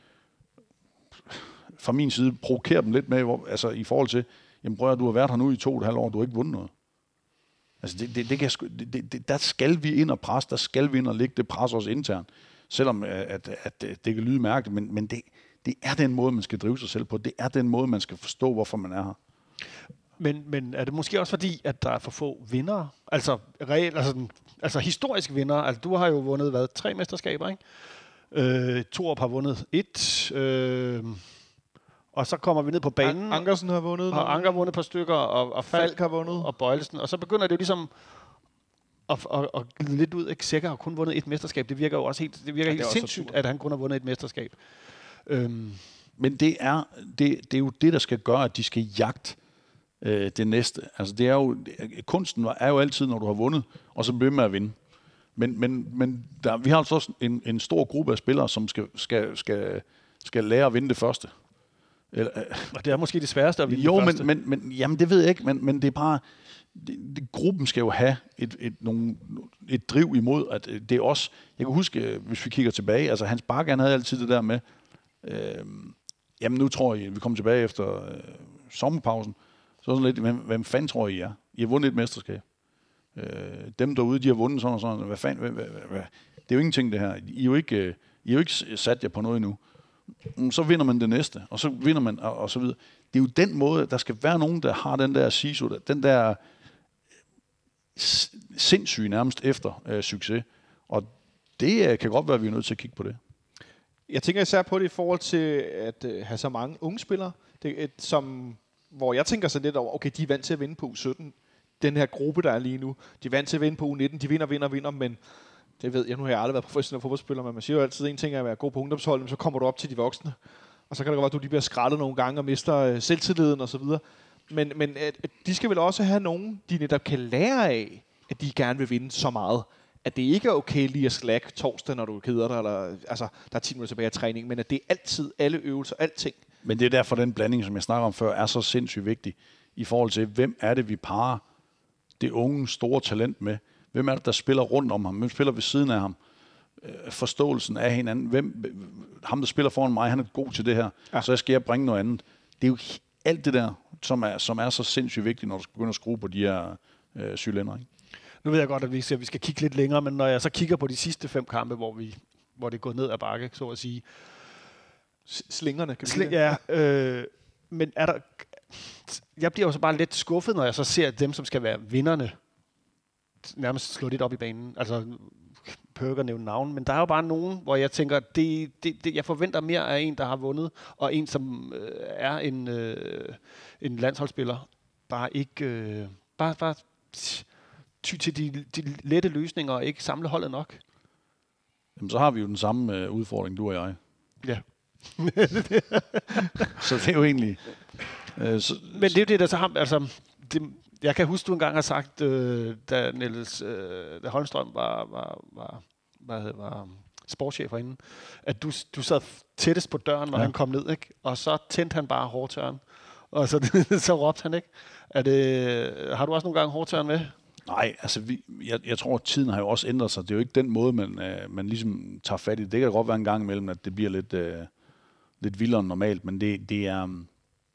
fra min side, provokere dem lidt med, hvor, altså i forhold til, jamen prøv at du har været her nu i to og et halvt år, du har ikke vundet noget. Altså det, det, det kan, det, det, der skal vi ind og presse, der skal vi ind og lægge det pres os internt. Selvom at, at det kan lyde mærkeligt, men, men det, det er den måde, man skal drive sig selv på. Det er den måde, man skal forstå, hvorfor man er her. Men, men er det måske også fordi, at der er for få vindere? Altså, reelt, altså, altså historiske vindere. Altså, du har jo vundet, hvad, tre mesterskaber, ikke? Øh, Torup har vundet et. Øh, og så kommer vi ned på banen. Ankersen har vundet. Og Anker har vundet et par stykker, og, og Falk, Falk har vundet. Og Bøjlesen. Og så begynder det jo ligesom at, at, at glide lidt ud. Ikke? Sækker har kun vundet et mesterskab. Det virker jo også helt, det virker ja, helt sindssygt, at han kun har vundet et mesterskab. Øhm. Men det er, det, det er jo det, der skal gøre, at de skal jagte øh, det næste. Altså det er jo, kunsten er jo altid, når du har vundet, og så bliver med at vinde. Men, men, men der, vi har altså også en, en stor gruppe af spillere, som skal, skal, skal, skal lære at vinde det første. Eller, og det er måske det sværeste at vinde jo, det første. men, men, men jamen det ved jeg ikke, men, men det er bare, det, det, gruppen skal jo have et, et, nogle, et driv imod, at det er os. Jeg kan huske, hvis vi kigger tilbage, altså Hans Bakke, han havde altid det der med, øh, jamen nu tror jeg, vi kommer tilbage efter øh, sommerpausen, så er sådan lidt, hvem, hvem fanden tror I er? I har vundet et mesterskab. Øh, dem derude, de har vundet sådan og sådan, hvad fanden, hvad, hvad, hvad? Det er jo ingenting det her. I er jo ikke, I er jo ikke sat jer på noget endnu. Så vinder man det næste, og så vinder man, og, og så videre. Det er jo den måde, der skal være nogen, der har den der siso, den der sindssyge nærmest efter øh, succes. Og det øh, kan godt være, at vi er nødt til at kigge på det. Jeg tænker især på det i forhold til at øh, have så mange unge spillere, det, et, som, hvor jeg tænker så lidt over, okay, de er vant til at vinde på U sytten. Den her gruppe, der er lige nu, de er vant til at vinde på U nitten, de vinder, vinder, vinder, men det ved jeg, nu har jeg aldrig været professionel fodboldspiller, men man siger jo altid, en ting er at være god på ungdomsholdet, så kommer du op til de voksne, og så kan det godt være, at du lige bliver skrællet nogle gange og mister øh, selvtilliden og så videre. Men, men at, at de skal vel også have nogen, de netop kan lære af, at de gerne vil vinde så meget, at det ikke er okay lige at slack torsdag, når du keder dig, eller altså, der er ti minutter tilbage af træning, men at det er altid, alle øvelser, alting. Men det er derfor, den blanding, som jeg snakker om før, er så sindssygt vigtig, i forhold til, hvem er det, vi parer det unge, store talent med? Hvem er det, der spiller rundt om ham? Hvem spiller ved siden af ham? Forståelsen af hinanden. Hvem, ham, der spiller foran mig, han er god til det her, ja. Så skal jeg bringe noget andet. Det er jo alt det der, som er, som er så sindssygt vigtigt, når du skal begynde at skrue på de her øh, cylinder. Ikke? Nu ved jeg godt, at vi skal, vi skal kigge lidt længere, men når jeg så kigger på de sidste fem kampe, hvor, vi, hvor det er gået ned ad bakke, så at sige. Slingerne, kan vi Sling, ja, øh, men er der... Jeg bliver jo så bare lidt skuffet, når jeg så ser dem, som skal være vinderne, nærmest slå lidt op i banen. Altså, Pørker nævne navn, men der er jo bare nogen, hvor jeg tænker, det, det, det, jeg forventer mere af en, der har vundet, og en, som øh, er en, øh, en landsholdsspiller. Bare ikke... Øh, bare, bare ty til de, de lette løsninger, og ikke samle holdet nok. Jamen, så har vi jo den samme øh, udfordring, du og jeg. Ja. Så det er jo egentlig... Øh, så, men det er jo det, der så har... Altså, det, Jeg kan huske, du engang har sagt, øh, da Niels øh, da Holmstrøm var, var, var, var, var sportschef herinde, at du, du sad tættest på døren, når ja. han kom ned, ikke? Og så tændte han bare hårdtørren. Og så, så råbte han, ikke? Er det, har du også nogle gange hårdtørren med? Nej, altså vi, jeg, jeg tror, at tiden har jo også ændret sig. Det er jo ikke den måde, man, øh, man ligesom tager fat i det. Det kan godt være en gang imellem, at det bliver lidt, øh, lidt vildere end normalt, men det, det er... Um,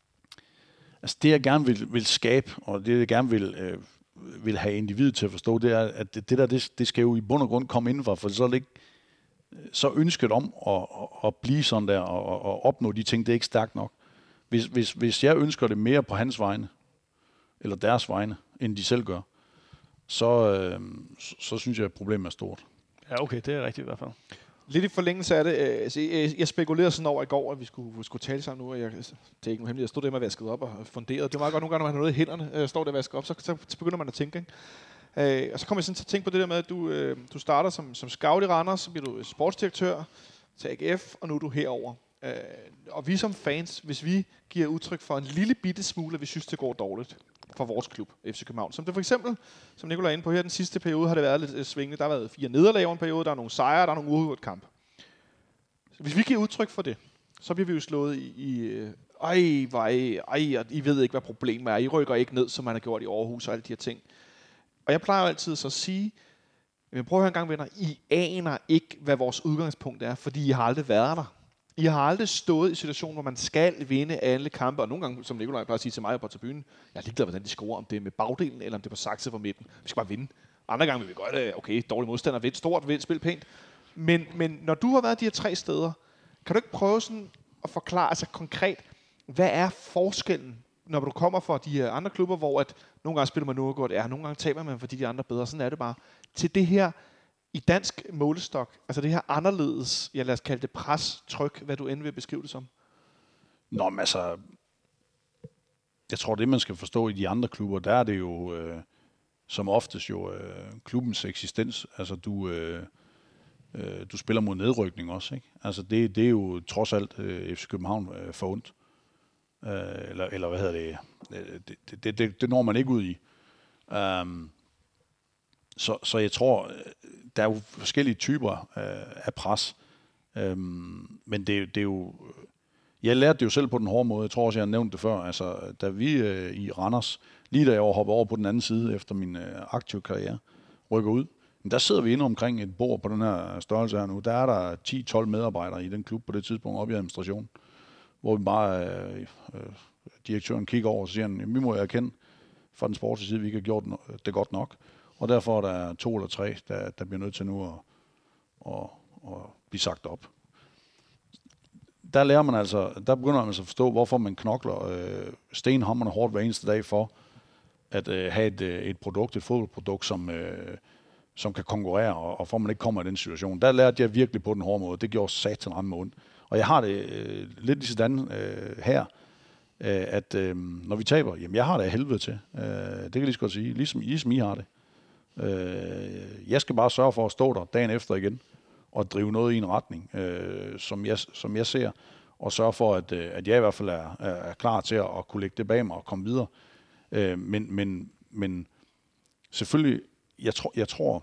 altså det, jeg gerne vil, vil skabe, og det, jeg gerne vil, øh, vil have individet til at forstå, det er, at det, det der, det, det skal jo i bund og grund komme indenfor, for så er det ikke så ønsket om at, at, at blive sådan der, og, og opnå de ting, det er ikke stærkt nok. Hvis, hvis, hvis jeg ønsker det mere på hans vegne, eller deres vegne, end de selv gør, så, øh, så, så synes jeg, at problemet er stort. Ja, okay, det er rigtigt i hvert fald. Lidt i forlængelse af det, øh, altså, jeg, jeg spekulerede sådan over i går, at vi skulle, vi skulle tale sammen nu, og jeg, det er ikke nogen hemmelighed, jeg stod der med at vaske op og funderet. Det er meget godt nogle gange, når man har noget i hænderne, øh, står der og vasker op, så, så, så begynder man at tænke, ikke? Øh, og så kommer jeg sådan til at tænke på det der med, at du, øh, du starter som, som scout i Randers, så bliver du sportsdirektør til A G F, og nu er du herover. Øh, og vi som fans, hvis vi giver udtryk for en lille bitte smule, at vi synes, det går dårligt for vores klub, F C København. Som det for eksempel, som Nicolai er inde på her, den sidste periode har det været lidt svingende. Der har været fire nederlag over en periode, der er nogle sejre, der er nogle uafgjorte kampe. Hvis vi giver udtryk for det, så bliver vi jo slået i, i ej, vej, ej, I ved ikke, hvad problemet er. I rykker ikke ned, som man har gjort i Aarhus og alle de her ting. Og jeg plejer jo altid så at sige, men prøv at høre en gang, venner, I aner ikke, hvad vores udgangspunkt er, fordi I har aldrig været der. I har aldrig stået i situationen, hvor man skal vinde alle kampe, og nogle gange, som Nicolai plejer at sige til mig på tribunen, jeg er ligeglad, hvordan de scorer, om det er med bagdelen, eller om det er på sakse for midten. Vi skal bare vinde. Andre gange vil vi godt, okay, dårlig modstander, vind stort, vind, spil pænt. Men, men når du har været de her tre steder, kan du ikke prøve sådan at forklare altså konkret, hvad er forskellen, når du kommer fra de her andre klubber, hvor at nogle gange spiller man noget godt, ja, nogle gange taber man, fordi de andre er bedre, sådan er det bare, til det her i dansk målestok, altså det her anderledes, jeg lad os kalde det pres, tryk, hvad du end vil beskrive det som? Nå, men altså, jeg tror, det man skal forstå i de andre klubber, der er det jo, øh, som oftest jo, øh, klubbens eksistens. Altså, du, øh, øh, du spiller mod nedrykning også, ikke? Altså, det, det er jo trods alt øh, F C København øh, forundt. Øh, eller, eller hvad hedder det? Det, det, det? det når man ikke ud i. Um, så, så jeg tror, der er jo forskellige typer øh, af pres. Um, men det, det er jo... Jeg lærte det jo selv på den hårde måde. Jeg tror også, jeg har nævnt det før. Altså, da vi øh, i Randers, lige da jeg hoppede over på den anden side efter min øh, aktive karriere, rykker ud, men der sidder vi inde omkring et bord på den her størrelse her nu. Der er der ti tolv medarbejdere i den klub på det tidspunkt oppe i administration, hvor vi bare, øh, øh, direktøren kigger over og siger, at vi må jo erkende fra den sportslige side, at vi ikke har gjort det godt nok. Og derfor er der to eller tre, der, der bliver nødt til nu at, at, at blive sagt op. Der lærer man altså, der begynder man altså at forstå, hvorfor man knokler øh, stenhamrende hårdt hver eneste dag for at øh, have et, et produkt, et fodboldprodukt, som, øh, som kan konkurrere, og, og for man ikke kommer i den situation. Der lærte jeg virkelig på den hårde måde. Det gjorde satan ramme ondt. Og jeg har det øh, lidt lige sådan øh, her, øh, at øh, når vi taber, jamen jeg har det af helvede til. Øh, det kan jeg lige så godt sige, ligesom, ligesom I har det. Øh, jeg skal bare sørge for at stå der dagen efter igen, og drive noget i en retning, øh, som, jeg, som jeg ser, og sørge for, at, øh, at jeg i hvert fald er, er klar til at, at kunne lægge det bag mig og komme videre. Øh, men, men, men selvfølgelig, jeg tror, jeg tror,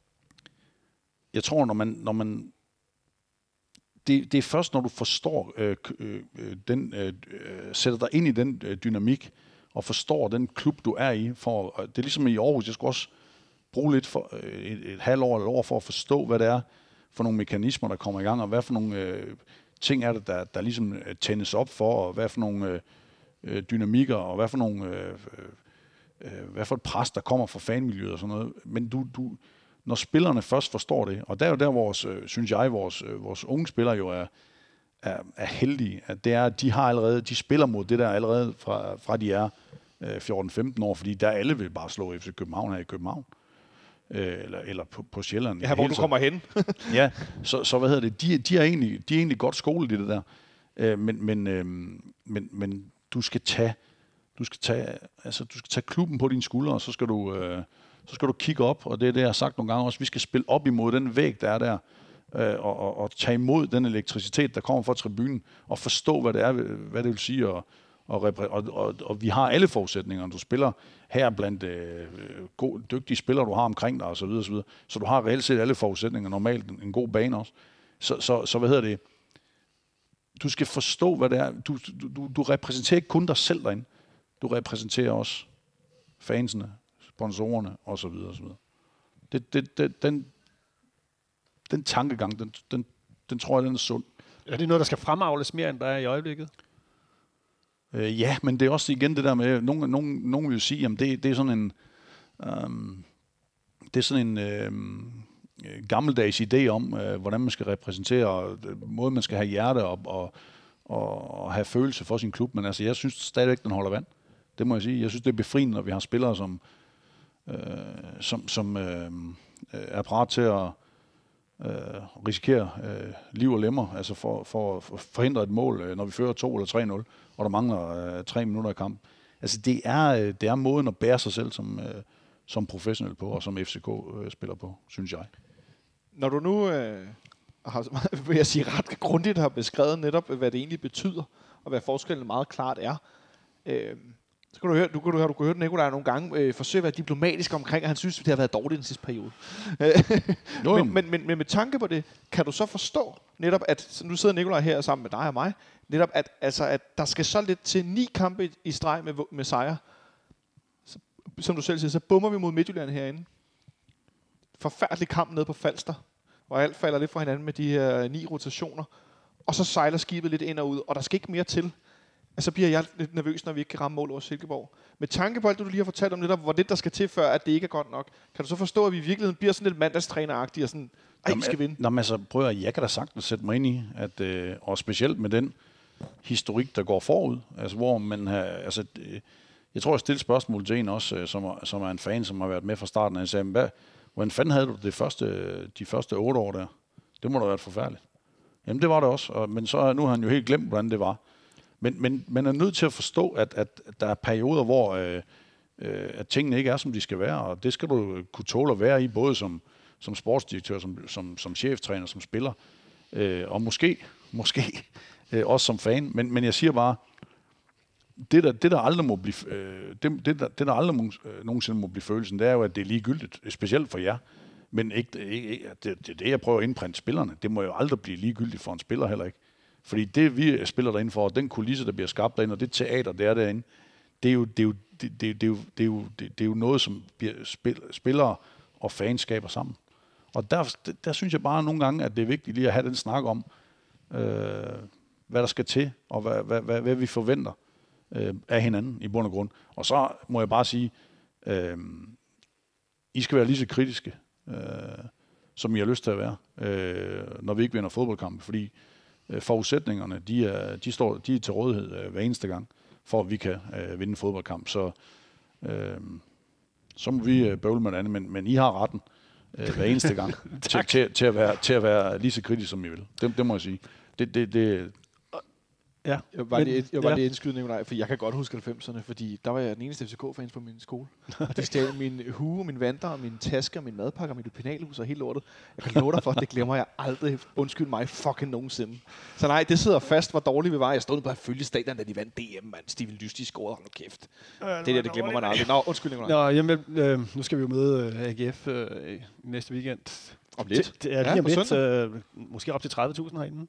jeg tror, når man, når man det, det er først, når du forstår, øh, øh, den, øh, sætter dig ind i den øh, dynamik, og forstår den klub, du er i. For, det er ligesom i Aarhus, jeg skulle også bruge lidt for, øh, et, et halvt år eller år for at forstå, hvad det er for nogle mekanismer, der kommer i gang, og hvad for nogle øh, ting er det, der, der ligesom tændes op for, og hvad for nogle øh, dynamikker, og hvad for nogle øh, øh, hvad for et pres, der kommer fra fanmiljøet og sådan noget. Men du, du, når spillerne først forstår det, og der er jo der, vores, øh, synes jeg, vores, øh, vores unge spillere jo er, er, er heldige, at det er, at de har allerede, de spiller mod det der allerede fra, fra de er øh, fjorten femten år, fordi der alle vil bare slå F C København her i København. Øh, eller, eller på, på Sjælland. Ja, hvor du kommer hen. Ja, så, så hvad hedder det, de, de, er egentlig, de er egentlig godt skolet i det der. Øh, men, men, øh, men, men du skal tage, du skal tage, altså du skal tage klubben på dine skuldre, og så skal du, øh, så skal du kigge op, og det er det, jeg har sagt nogle gange også, vi skal spille op imod den væg, der er der, øh, og, og, og tage imod den elektricitet, der kommer fra tribunen, og forstå, hvad det er, hvad det vil sige at, og, repræ- og, og, og vi har alle forudsætninger. Du spiller her blandt øh, gode, dygtige spillere, du har omkring dig, og så videre, så videre. Så du har reelt set alle forudsætninger, normalt en, en god bane også. Så, så, så hvad hedder det? Du skal forstå, hvad det er. Du, du, du repræsenterer ikke kun dig selv derinde. Du repræsenterer også fansene, sponsorerne, og så videre, og så videre. Det, det, det, den, den tankegang, den, den, den tror jeg, den er sund. Er det noget, der skal fremavles mere, end der er i øjeblikket? Øh, ja, men det er også igen det der med, nogen, nogen, nogen vil sige, at det, det er sådan en, øhm, det er sådan en øhm, gammeldags idé om, øh, hvordan man skal repræsentere, og måde man skal have hjerte op og, og, og have følelse for sin klub. Men altså, jeg synes stadigvæk, den holder vand. Det må jeg sige. Jeg synes, det er befriende, når vi har spillere, som, øh, som, som øh, er parat til at øh, risikere øh, liv og lemmer, altså for, for at forhindre et mål, øh, når vi fører to eller tre nul, og der mangler øh, tre minutter i kamp. Altså, det er, øh, det er måden at bære sig selv som, øh, som professionel på, og som F C K øh, spiller på, synes jeg. Når du nu, øh, har, vil jeg sige, ret grundigt har beskrevet netop, hvad det egentlig betyder, og hvad forskellen meget klart er, øh, så kan du høre, du kan, du, du kan høre Nikolaj nogle gange øh, forsøge at være diplomatisk omkring, at han synes, at det har været dårligt den sidste periode. men, men, men, men med tanke på det, kan du så forstå netop, at så nu sidder Nikolaj her sammen med dig og mig, netop at, altså, at der skal så lidt til ni kampe i, i streg med, med sejr. Så, som du selv siger, så bummer vi mod Midtjylland herinde. Forfærdelig kamp nede på Falster, hvor alt falder lidt fra hinanden med de her ni rotationer. Og så sejler skibet lidt ind og ud, og der skal ikke mere til. Så bliver jeg lidt nervøs, når vi ikke kan ramme mål over Silkeborg. Med tanke på alt, du lige har fortalt om lidt om, hvor lidt der skal til, før at det ikke er godt nok. Kan du så forstå, at vi i virkeligheden bliver sådan lidt mandagstræneragtige og sådan, ej, vi skal vinde? Nå, men altså, prøv at, jeg kan da sagtens sætte mig ind i, at, øh, og specielt med den historik, der går forud, altså hvor man har, altså, øh, jeg tror, jeg stillede spørgsmål til en også, øh, som, er, som er en fan, som har været med fra starten, og jeg sagde, hvad, hvordan fanden havde du det første, de første otte år der? Det må da have været forfærdeligt. Jamen, det var det også, og, men så nu har han jo helt glemt, hvordan det var. Men, men man er nødt til at forstå, at, at der er perioder, hvor øh, øh, at tingene ikke er, som de skal være, og det skal du kunne tåle at være i, både som, som sportsdirektør, som, som, som cheftræner, som spiller, øh, og måske, måske øh, også som fan. Men, men jeg siger bare, det der, det der aldrig må blive, øh, det, det, der, det der aldrig må, øh, nogensinde må blive følelsen, det er jo, at det er ligegyldigt, specielt for jer. Men ikke, ikke, det, det er det, jeg prøver at indprinte spillerne. Det må jo aldrig blive ligegyldigt for en spiller heller ikke. Fordi det, vi spiller derinde for, den kulisse, der bliver skabt derinde, og det teater, der er derinde, det er jo, det er jo, det, det, det er jo, det er jo, det, det er jo noget, som spillere og fans skaber sammen. Og der, der synes jeg bare nogle gange, at det er vigtigt lige at have den snak om, øh, hvad der skal til, og hvad, hvad, hvad, hvad vi forventer øh, af hinanden i bund og grund. Og så må jeg bare sige, øh, I skal være lige så kritiske, øh, som I har lyst til at være, øh, når vi ikke vinder fodboldkampe, fordi forudsætningerne, de er, de står, de er til rådighed øh, hver eneste gang, for at vi kan øh, vinde en fodboldkamp. Så, øh, så må vi øh, bøvle med det andet, men, men I har retten øh, hver eneste gang til, til, til, at være, til at være lige så kritisk, som I vil. Det, det må jeg sige. Det, det, det, Ja, jeg vil bare lige, jeg vil bare lige indskyde, Nikolaj, for jeg kan godt huske halvfemserne, fordi der var jeg den eneste F C K-fans på min skole. Og det stjal min hue, min vanter, min taske, min madpakke, mit penalhus og hele lortet. Jeg kan love dig for, at det glemmer jeg aldrig. Undskyld mig fucking nogensinde. Så nej, det sidder fast, hvor dårligt vi var. Jeg stod på at følge stadion, da de vandt D M, mand. Steven Lystig scorede, hold nu kæft. Øh, det der, det glemmer man aldrig. Nå, undskyld, Nikolaj. Nå, jamen, øh, nu skal vi jo møde øh, A G F øh, næste weekend. Om lidt? Det er lige ja, om lidt. Øh, måske op til tredive tusind herinde.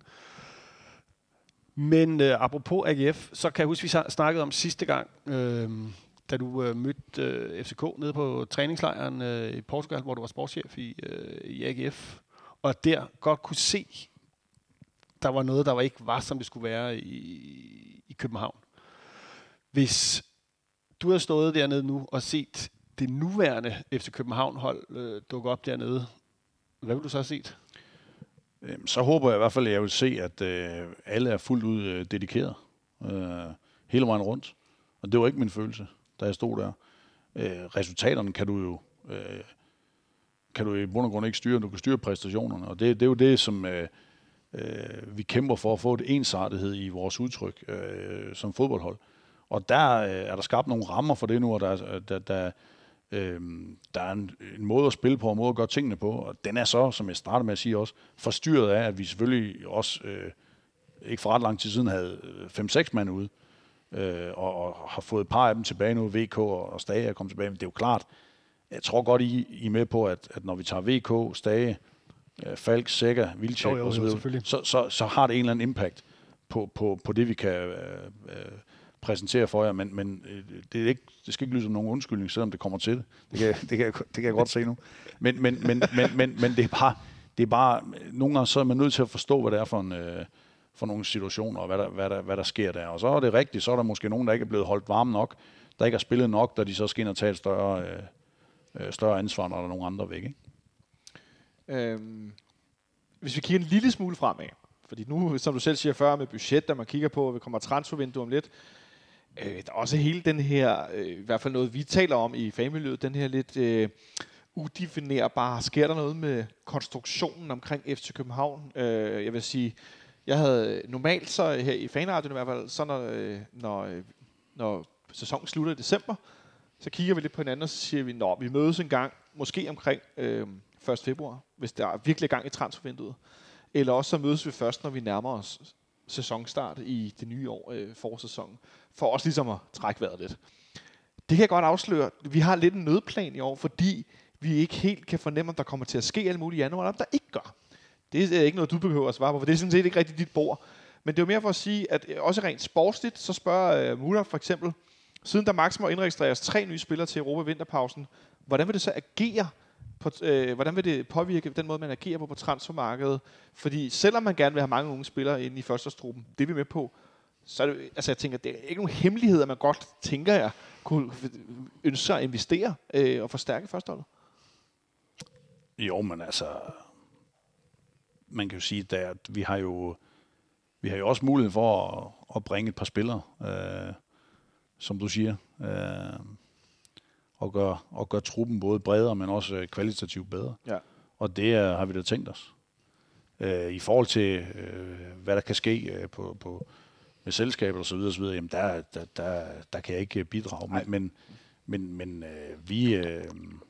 Men øh, apropos A G F, så kan jeg huske, vi snakkede om sidste gang, øh, da du øh, mødte øh, F C K nede på træningslejren øh, i Portugal, hvor du var sportschef i, øh, i A G F, og der godt kunne se, der var noget, der var ikke var, som det skulle være i, i København. Hvis du havde stået dernede nu og set det nuværende F C København-hold øh, dukke op dernede, hvad ville du så have set? Så håber jeg i hvert fald, at jeg vil se, at øh, alle er fuldt ud øh, dedikeret øh, hele vejen rundt. Og det var ikke min følelse, da jeg stod der. Øh, resultaterne kan du jo øh, kan du i bund og grund ikke styre. Du kan styre præstationerne, og det, det er jo det, som øh, øh, vi kæmper for, at få et ensartethed i vores udtryk øh, som fodboldhold. Og der øh, er der skabt nogle rammer for det nu, og der, der, der Øhm, der er en, en måde at spille på, og en måde at gøre tingene på, og den er så, som jeg startede med at sige også, forstyrret af, at vi selvfølgelig også, øh, ikke for ret lang tid siden, havde fem seks mand ude. øh, og, og har fået et par af dem tilbage nu, V K og, og Stage er kommet tilbage, men det er jo klart, jeg tror godt, I, I er med på, at, at når vi tager V K, Stage, øh, Falk, Sækker, Vilcek og så videre, så, så, så har det en eller anden impact på, på, på det, vi kan øh, øh, præsentere for jer, men, men øh, det, er ikke, det skal ikke lyde som nogen undskyldning, selvom det kommer til det. Det kan, det kan, jeg, det kan jeg godt se nu. Men, men, men, men, men, men det er bare, det er bare, nogle gange så er man nødt til at forstå, hvad det er for en, øh, for nogle situationer, og hvad der, hvad, der, hvad der sker der. Og så er det rigtigt, så er der måske nogen, der ikke er blevet holdt varme nok, der ikke har spillet nok, da de så skal ind og tage et større, øh, større ansvar, når der er nogen andre væk, ikke? Øhm, hvis vi kigger en lille smule fremad, fordi nu, som du selv siger før, med budget, der man kigger på, vi kommer transfervindue om lidt, øh, der er også hele den her, øh, i hvert fald noget, vi taler om i fanmiljøet, den her lidt øh, udefinerbare, sker der noget med konstruktionen omkring F C København? Øh, jeg vil sige, jeg havde normalt så her i fanradioen i hvert fald, så når, øh, når, øh, når sæsonen slutter i december, så kigger vi lidt på hinanden, og så siger vi, nå, vi mødes en gang, måske omkring øh, første februar, hvis der er virkelig gang i transfervinduet. Eller også så mødes vi først, når vi nærmer os sæsonstart i det nye år, øh, forårssæsonen, for også ligesom at trække vejret lidt. Det kan jeg godt afsløre. Vi har lidt en nødplan i år, fordi vi ikke helt kan fornemme, om der kommer til at ske alt muligt i januar, eller om der ikke gør. Det er ikke noget, du behøver at svare på, for det er sådan set ikke rigtig dit bord. Men det er jo mere for at sige, at også rent sportsligt, så spørger uh, Muller for eksempel, siden der maks må indregistreres tre nye spillere til Europa vinterpausen, hvordan vil det så agere på, øh, hvordan vil det påvirke den måde, man agerer på på transfermarkedet? Fordi selvom man gerne vil have mange unge spillere inde i førsteårstruppen, det er vi med på, så er det, altså jeg tænker, det er ikke nogen hemmelighed, at man godt tænker, jeg kunne ønske sig at investere øh, og forstærke førsteholdet. Jo, men altså, man kan jo sige, at vi har jo, vi har jo også mulighed for at, at bringe et par spillere, øh, som du siger, øh, og gøre, og gøre truppen både bredere, men også kvalitativt bedre. Ja. Og det er, har vi da tænkt os. Øh, I forhold til, øh, hvad der kan ske øh, på, på, med selskaber og så videre, så videre, jamen der, der, der, der kan jeg ikke bidrage. Men, men, men, men øh, vi... Øh,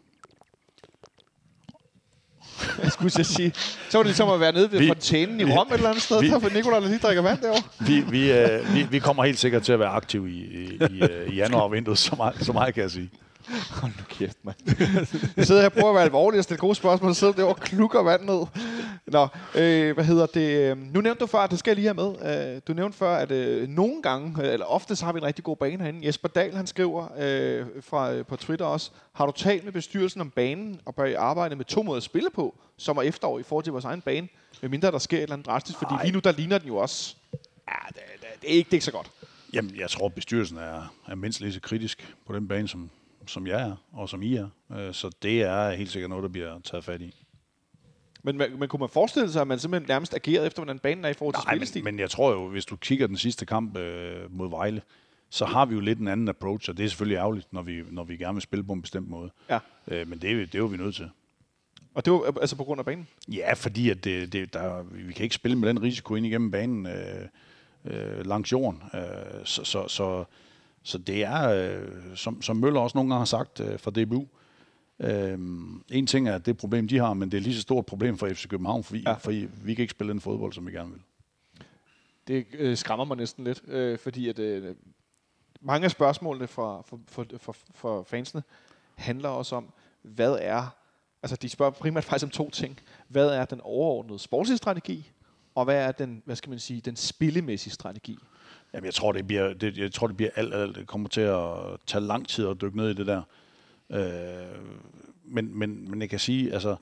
jeg skulle jeg sige, så var det ligesom at være nede ved vi, fontænen i Rom et eller andet sted, vi, der for Nicolaj, der lige drikker vand derovre. Vi, vi, øh, vi, vi kommer helt sikkert til at være aktive i, i, i, i januarvinduet, så meget, så meget kan jeg sige. Hold nu kæft, mand. Jeg sidder her og prøver at være alvorlig og stille gode spørgsmål, og sidder derovre og klukker vand ned. Nå, øh, hvad hedder det? Nu nævnte du før, det skal jeg lige have med. Øh, du nævnte før, at øh, nogle gange, eller ofte, så har vi en rigtig god bane herinde. Jesper Dahl, han skriver øh, fra, øh, på Twitter også, har du talt med bestyrelsen om banen, og bør I arbejde med to måder at spille på, som er efterår i forhold til vores egen bane, medmindre der sker et eller andet drastisk, fordi Ej. lige nu, der ligner den jo også. Ja, det, det, det, er, ikke, det er ikke så godt. Jamen, jeg tror, bestyrelsen er, er mindst lige så kritisk på den bane, som som jeg er, og som I er. Så det er helt sikkert noget, der bliver taget fat i. Men, men, men kunne man forestille sig, at man simpelthen nærmest agerede efter, hvordan banen er i forhold til spillestil? Men, men jeg tror jo, hvis du kigger den sidste kamp øh, mod Vejle, så har vi jo lidt en anden approach, og det er selvfølgelig ærgerligt, når vi, når vi gerne vil spille på en bestemt måde. Ja. Øh, men det, det er jo vi nødt til. Og det var altså på grund af banen? Ja, fordi at det, det, der, vi kan ikke spille med den risiko ind igennem banen øh, øh, langs jorden. Øh, så, så, så Så det er, øh, som, som Møller også nogle gange har sagt øh, fra D B U, øh, en ting er, at det problem, de har, men det er lige så stort problem for F C København, fordi, ja. fordi vi kan ikke spille den fodbold, som vi gerne vil. Det øh, skræmmer mig næsten lidt, øh, fordi at øh, mange af spørgsmålene for, for, for, for, for fansene handler også om, hvad er, altså de spørger primært faktisk om to ting. Hvad er den overordnede sportslige strategi, og hvad er den, hvad skal man sige, den spillemæssige strategi? Jamen, jeg tror, det bliver, det, jeg tror, det bliver alt, alt, det kommer til at tage lang tid at dykke ned i det der. Øh, men, men, men jeg kan sige, altså,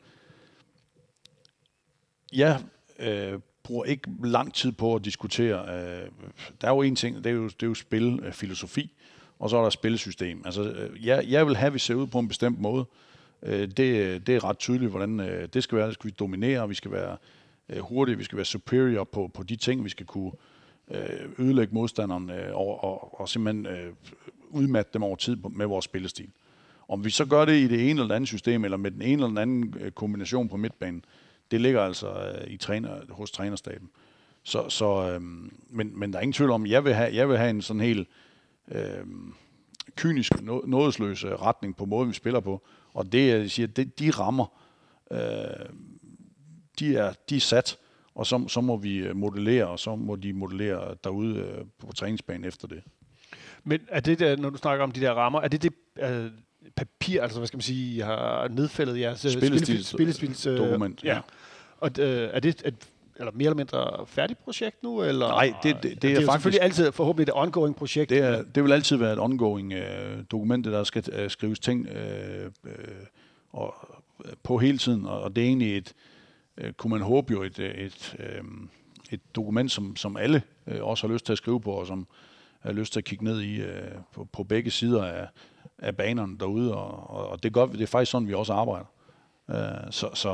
jeg øh, bruger ikke lang tid på at diskutere. Øh, der er jo en ting, det er jo, det er jo spil, øh, filosofi, og så er der spillesystem. Altså, øh, jeg, jeg vil have, at vi ser ud på en bestemt måde. Øh, det, det er ret tydeligt, hvordan øh, det skal være. Det skal vi dominere, vi skal være øh, hurtige, vi skal være superior på, på de ting, vi skal kunne ødelægge modstanderen øh, og, og, og simpelthen øh, udmatte dem over tid med vores spillestil. Om vi så gør det i det ene eller andet system, eller med den ene eller den anden øh, kombination på midtbanen, det ligger altså øh, i træner, hos trænerstaben. Så, så, øh, men, men der er ingen tvivl om, at jeg vil have, jeg vil have en sådan helt øh, kynisk, nådesløs retning på måden, vi spiller på. Og det, jeg siger, det, de rammer, øh, de, er, de er sat, og så, så må vi modellere, og så må de modellere derude øh, på træningsbanen efter det. Men er det der, når du snakker om de der rammer, er det det øh, papir, altså hvad skal man sige, I har nedfældet jeres Spillestils, spillestils øh, dokument, ja. ja. Og øh, er det et eller mere eller mindre færdigt projekt nu? Eller? Nej, det, det, det, det, det er, er jo faktisk selvfølgelig altid forhåbentlig et ongoing projekt. Det, er, det vil altid være et ongoing øh, dokument, der skal øh, skrives ting øh, øh, og, øh, på hele tiden, og, og det er egentlig et, øh, kunne man håbe jo, et, et, øh, et dokument, som, som alle øh, også har lyst til at skrive på, og som har lyst til at kigge ned i øh, på, på begge sider af, af banerne derude, og, og, og det, er godt, det er faktisk sådan, vi også arbejder. Øh, så, så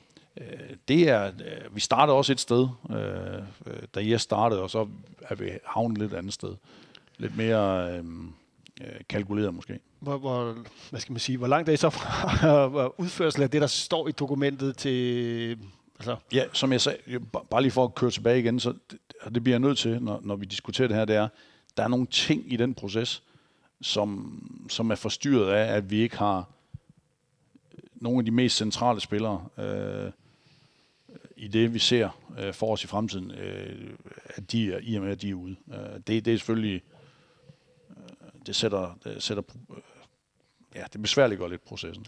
det er, vi startede også et sted, øh, da jeg startede, og så er vi havnet lidt andet sted. Lidt mere øh, kalkuleret måske. Hvor, hvor, hvad skal man sige, hvor langt er I så fra udførsel af det, der står i dokumentet til... Altså? Ja, som jeg sagde, bare lige for at køre tilbage igen, så det, det bliver jeg nødt til, når, når vi diskuterer det her, det er, der er nogle ting i den proces, som, som er forstyrret af, at vi ikke har nogle af de mest centrale spillere øh, i det, vi ser øh, for os i fremtiden, øh, at de er, i og med, at de er ude. Øh, det, det er selvfølgelig, øh, det sætter, det sætter øh, ja, det besværliggør lidt processen.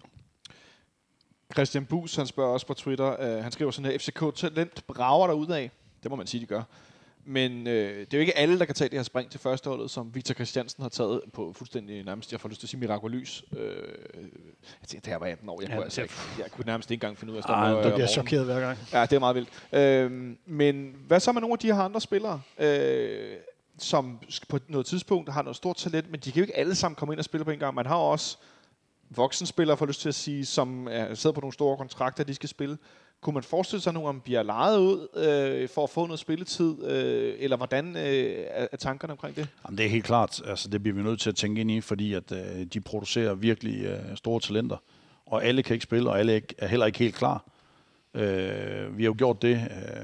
Christian Bus, han spørger også på Twitter, øh, han skriver sådan her, F C K-talent brager der ud af. Det må man sige, de gør. Men øh, det er jo ikke alle, der kan tage det her spring til førsteholdet, som Victor Christiansen har taget på fuldstændig nærmest, jeg får lyst til at sige mirakuløs. Øh, jeg tænkte, det her var atten år, jeg, ja, kunne, altså, jeg, jeg kunne nærmest ikke engang finde ud af at stå ah, med. Du bliver chokeret hver gang. Ja, det er meget vildt. Øh, men hvad så med nogle af de her andre spillere, øh, som på noget tidspunkt har noget stort talent, men de kan jo ikke alle sammen komme ind og spille på en gang. Man har også voksenspillere, får lyst til at sige, som er, sidder på nogle store kontrakter, de skal spille. Kunne man forestille sig, at nogen bliver lejet ud øh, for at få noget spilletid, øh, eller hvordan øh, er tankerne omkring det? Jamen, det er helt klart. Altså, det bliver vi nødt til at tænke ind i, fordi at, øh, de producerer virkelig øh, store talenter, og alle kan ikke spille, og alle er heller ikke helt klar. Øh, vi har jo gjort det øh,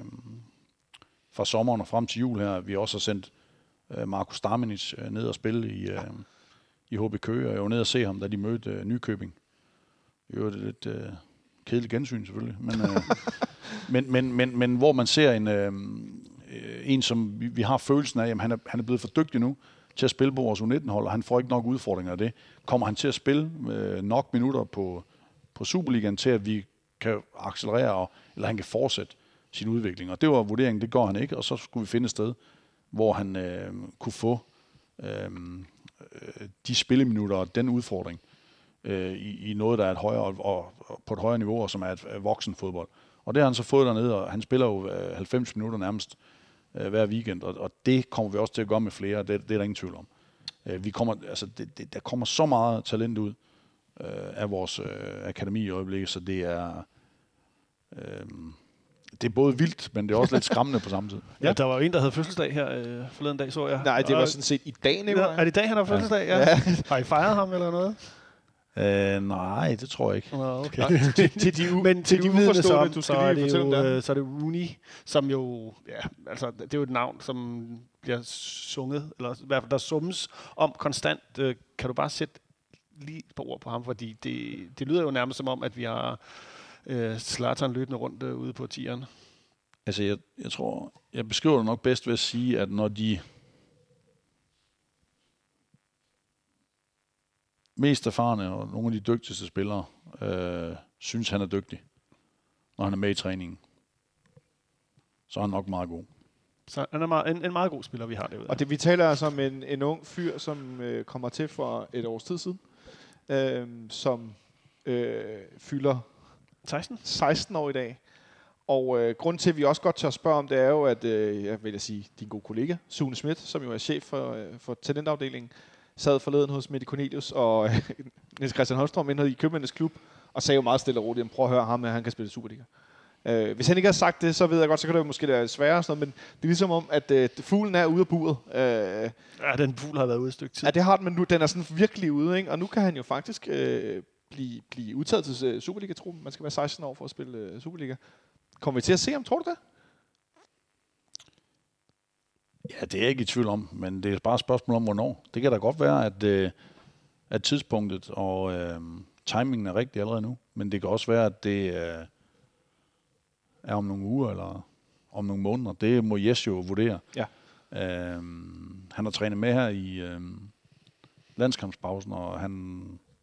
fra sommeren og frem til jul her. Vi har også sendt øh, Marko Stamenic øh, ned og spille i, øh, i H B Køge, og jeg var nede og se ham, da de mødte øh, Nykøbing. Det var lidt... Øh, kedeligt gensyn selvfølgelig, men, øh, men, men, men, men hvor man ser en, øh, en som vi, vi har følelsen af, at han er, han er blevet for dygtig nu til at spille på vores U nitten-hold, og han får ikke nok udfordringer af det. Kommer han til at spille øh, nok minutter på, på Superligaen til, at vi kan accelerere, og, eller han kan fortsætte sin udvikling. Og det var vurderingen, det går han ikke, og så skulle vi finde et sted, hvor han øh, kunne få øh, de spilleminutter og den udfordring, I, i noget, der er et højere, og, og på et højere niveau, og som er et, et voksen fodbold. Og det har han så fået dernede, og han spiller jo halvfems minutter nærmest øh, hver weekend, og, og det kommer vi også til at gøre med flere, det, det er der ingen tvivl om. Øh, vi kommer, altså, det, det, der kommer så meget talent ud øh, af vores øh, akademi i øjeblikket, så det er øh, det er både vildt, men det er også lidt skræmmende på samme tid. Ja, der var jo en, der havde fødselsdag her øh, forleden dag, så jeg. Nej, det var sådan set i dag, Nicolaj. Er det i dag, han har fødselsdag? Ja. Ja. Har I fejret ham eller noget? Uh, nej, det tror jeg ikke. Uh, okay. Nå, til, til de, u- Men til de uforstående, du så, skal er lige det fortælle jo, dem. så er det Rooney, som jo, ja, altså, det er jo et navn, som bliver sunget, eller i hvert fald der summes om konstant. Uh, kan du bare sætte lige et par ord på ham, fordi det, det lyder jo nærmest som om, at vi har uh, Zlatan løbende rundt uh, ude på tieren. Altså, jeg, jeg tror, jeg beskriver det nok bedst ved at sige, at når de mest erfarne og nogle af de dygtigste spillere øh, synes, han er dygtig, når han er med i træningen, så er han nok meget god. Så han er meget, en, en meget god spiller, vi har derude. Og det, vi taler altså om en, en ung fyr, som øh, kommer til for et års tid siden, øh, som øh, fylder seksten seksten år i dag. Og øh, grunden til, at vi også godt tør spørge om, det er jo, at øh, jeg vil sige, din gode kollega, Sune Schmidt, som jo er chef for, øh, for talentafdelingen, sad forleden hos Mette Cornelius og øh, Niels Christian Holmstrøm inde i Købmændenes Klub, og sagde jo meget stille og roligt, prøv at høre ham, at han kan spille Superliga. Øh, hvis han ikke har sagt det, så ved jeg godt, så kan det måske være sværere, sådan noget, men det er ligesom om, at øh, fuglen er ude af buret. Øh, ja, den fugl har været ude et stykke tid. Ja, det har den, men nu, den er sådan virkelig ude, ikke? Og nu kan han jo faktisk øh, blive, blive udtaget til uh, Superliga-truppen. Man skal være seksten år for at spille uh, Superliga. Kommer vi til at se ham, tror du det? Ja, det er jeg ikke i tvivl om, men det er bare et spørgsmål om, hvornår. Det kan da godt være, at, øh, at tidspunktet og øh, timingen er rigtig allerede nu, men det kan også være, at det øh, er om nogle uger eller om nogle måneder. Det må Jes jo vurdere. Ja. Øh, han har trænet med her i, øh, landskampspausen, og han,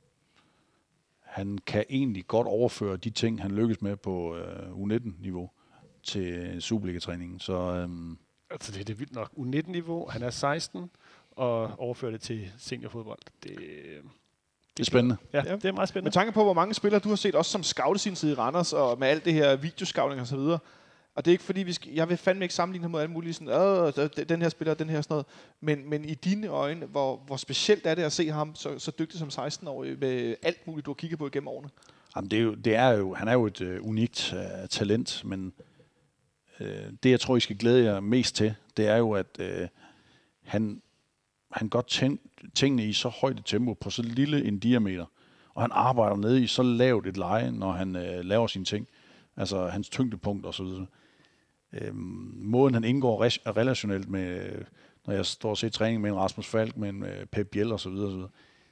han kan egentlig godt overføre de ting, han lykkes med på øh, U nitten-niveau til Superliga-træningen. Så, øhm, altså det, det er vildt nok. U nitten-niveau, han er seksten, og overfører det til seniorfodbold. Det, det er spændende. Ja, ja, det er meget spændende. Med tanke på, hvor mange spillere du har set, også som scout i sin tid i Randers, og med alt det her videoscouting og så videre. Og det er ikke fordi, vi skal, jeg vil fandme ikke sammenligne ham med alle mulige sådan, øh, den her spiller, den her sådan noget. Men, men i dine øjne, hvor, hvor specielt er det at se ham så, så dygtig som seksten-årig med alt muligt, du har kigget på igennem årene? Jamen det er jo, det er jo, han er jo et uh, unikt uh, talent, men uh, det, jeg tror, I skal glæde jer mest til, det er jo, at uh, han, han gør ting, tingene i så højt et tempo på så lille en diameter, og han arbejder nede i så lavt et leje, når han uh, laver sine ting. Altså hans tyngdepunkt og så videre. Øhm, måden han indgår re- relationelt med, når jeg står og ser træning med en Rasmus Falk, med en uh, Pep Biel og så videre, så videre.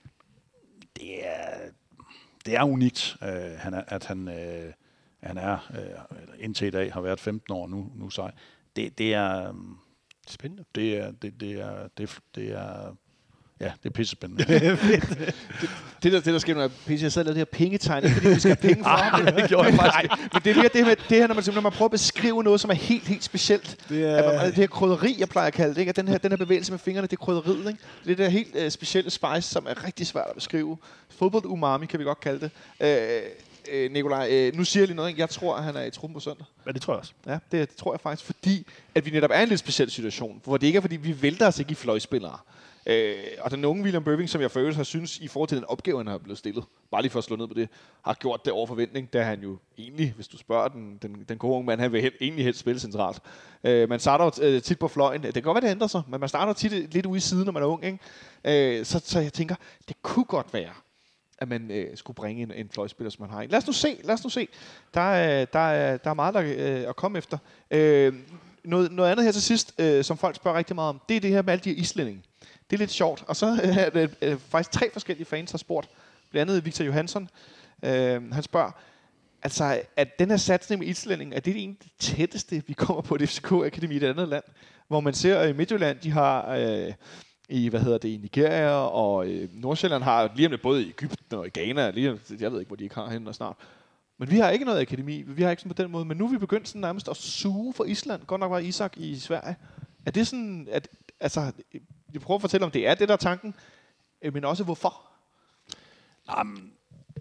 Det er det er unikt, øh, han er, at han øh, han er øh, indtil i dag har været femten år nu nu sej. Det det er øh, spændende. Det er det det er det, det er ja, det er pissespændende. det, det, der, det der sker, når P C har sad og lavet det her pengetegn, ikke fordi vi skal have penge for ham. det gjorde jeg faktisk. Nej, men det er mere det her, det her når, man, når man prøver at beskrive noget, som er helt, helt specielt. Det, er at man, det her krydderi, jeg plejer at kalde det, ikke? At den her, den her bevægelse med fingrene, det er krydderiet. Ikke? Det er det der helt uh, specielle spice, som er rigtig svært at beskrive. Fodbold umami, kan vi godt kalde det. Uh, uh, Nikolaj, uh, nu siger jeg lige noget. Ikke? Jeg tror, at han er i truppen på søndag. Ja, det tror jeg også. Ja, det, det tror jeg faktisk, fordi at vi netop er i en lidt speciel situation, hvor det ikke er, fordi vi vælter os ikke i fløjspillere. Øh, og den unge William Bøving, som jeg for øvrigt har synes, i forhold til den opgave, han har blevet stillet, bare lige for at slå ned på det, har gjort det over forventning, da han jo egentlig, hvis du spørger den, den, den gode unge mand, han vil helt, egentlig helst spille centralt. Øh, man starter jo øh, tit på fløjen. Det kan godt være, det ændrer sig, men man starter tit lidt ude i siden, når man er ung. Ikke? Øh, så, så jeg tænker, det kunne godt være, at man øh, skulle bringe en, en fløjspiller, som man har. Lad os nu se, lad os nu se. Der er, der er, der er meget der, øh, at komme efter. Øh, noget, noget andet her til sidst, øh, som folk spørger rigtig meget om, det er det her med alle de her islændinge. Det er lidt sjovt. Og så er det øh, faktisk tre forskellige fans, der har spurgt. Blandt andet Victor Johansson. Øh, han spørger, altså, at den her satsning med islændingen, er det egentlig det tætteste, vi kommer på et F C K-akademi i et andet land? Hvor man ser i Midtjylland, de har øh, i, hvad hedder det, i Nigeria, og øh, Nordsjælland har lige om det både i Egypten og i Ghana, lige, jeg ved ikke, hvor de ikke har henne og snart. Men vi har ikke noget akademi, vi har ikke sådan på den måde, men nu er vi begyndt sådan nærmest at suge for Island. Godt nok var Isak i Sverige. Er det sådan, at, altså, jeg prøver at fortælle, om det er det, der er tanken, men også hvorfor? Jamen,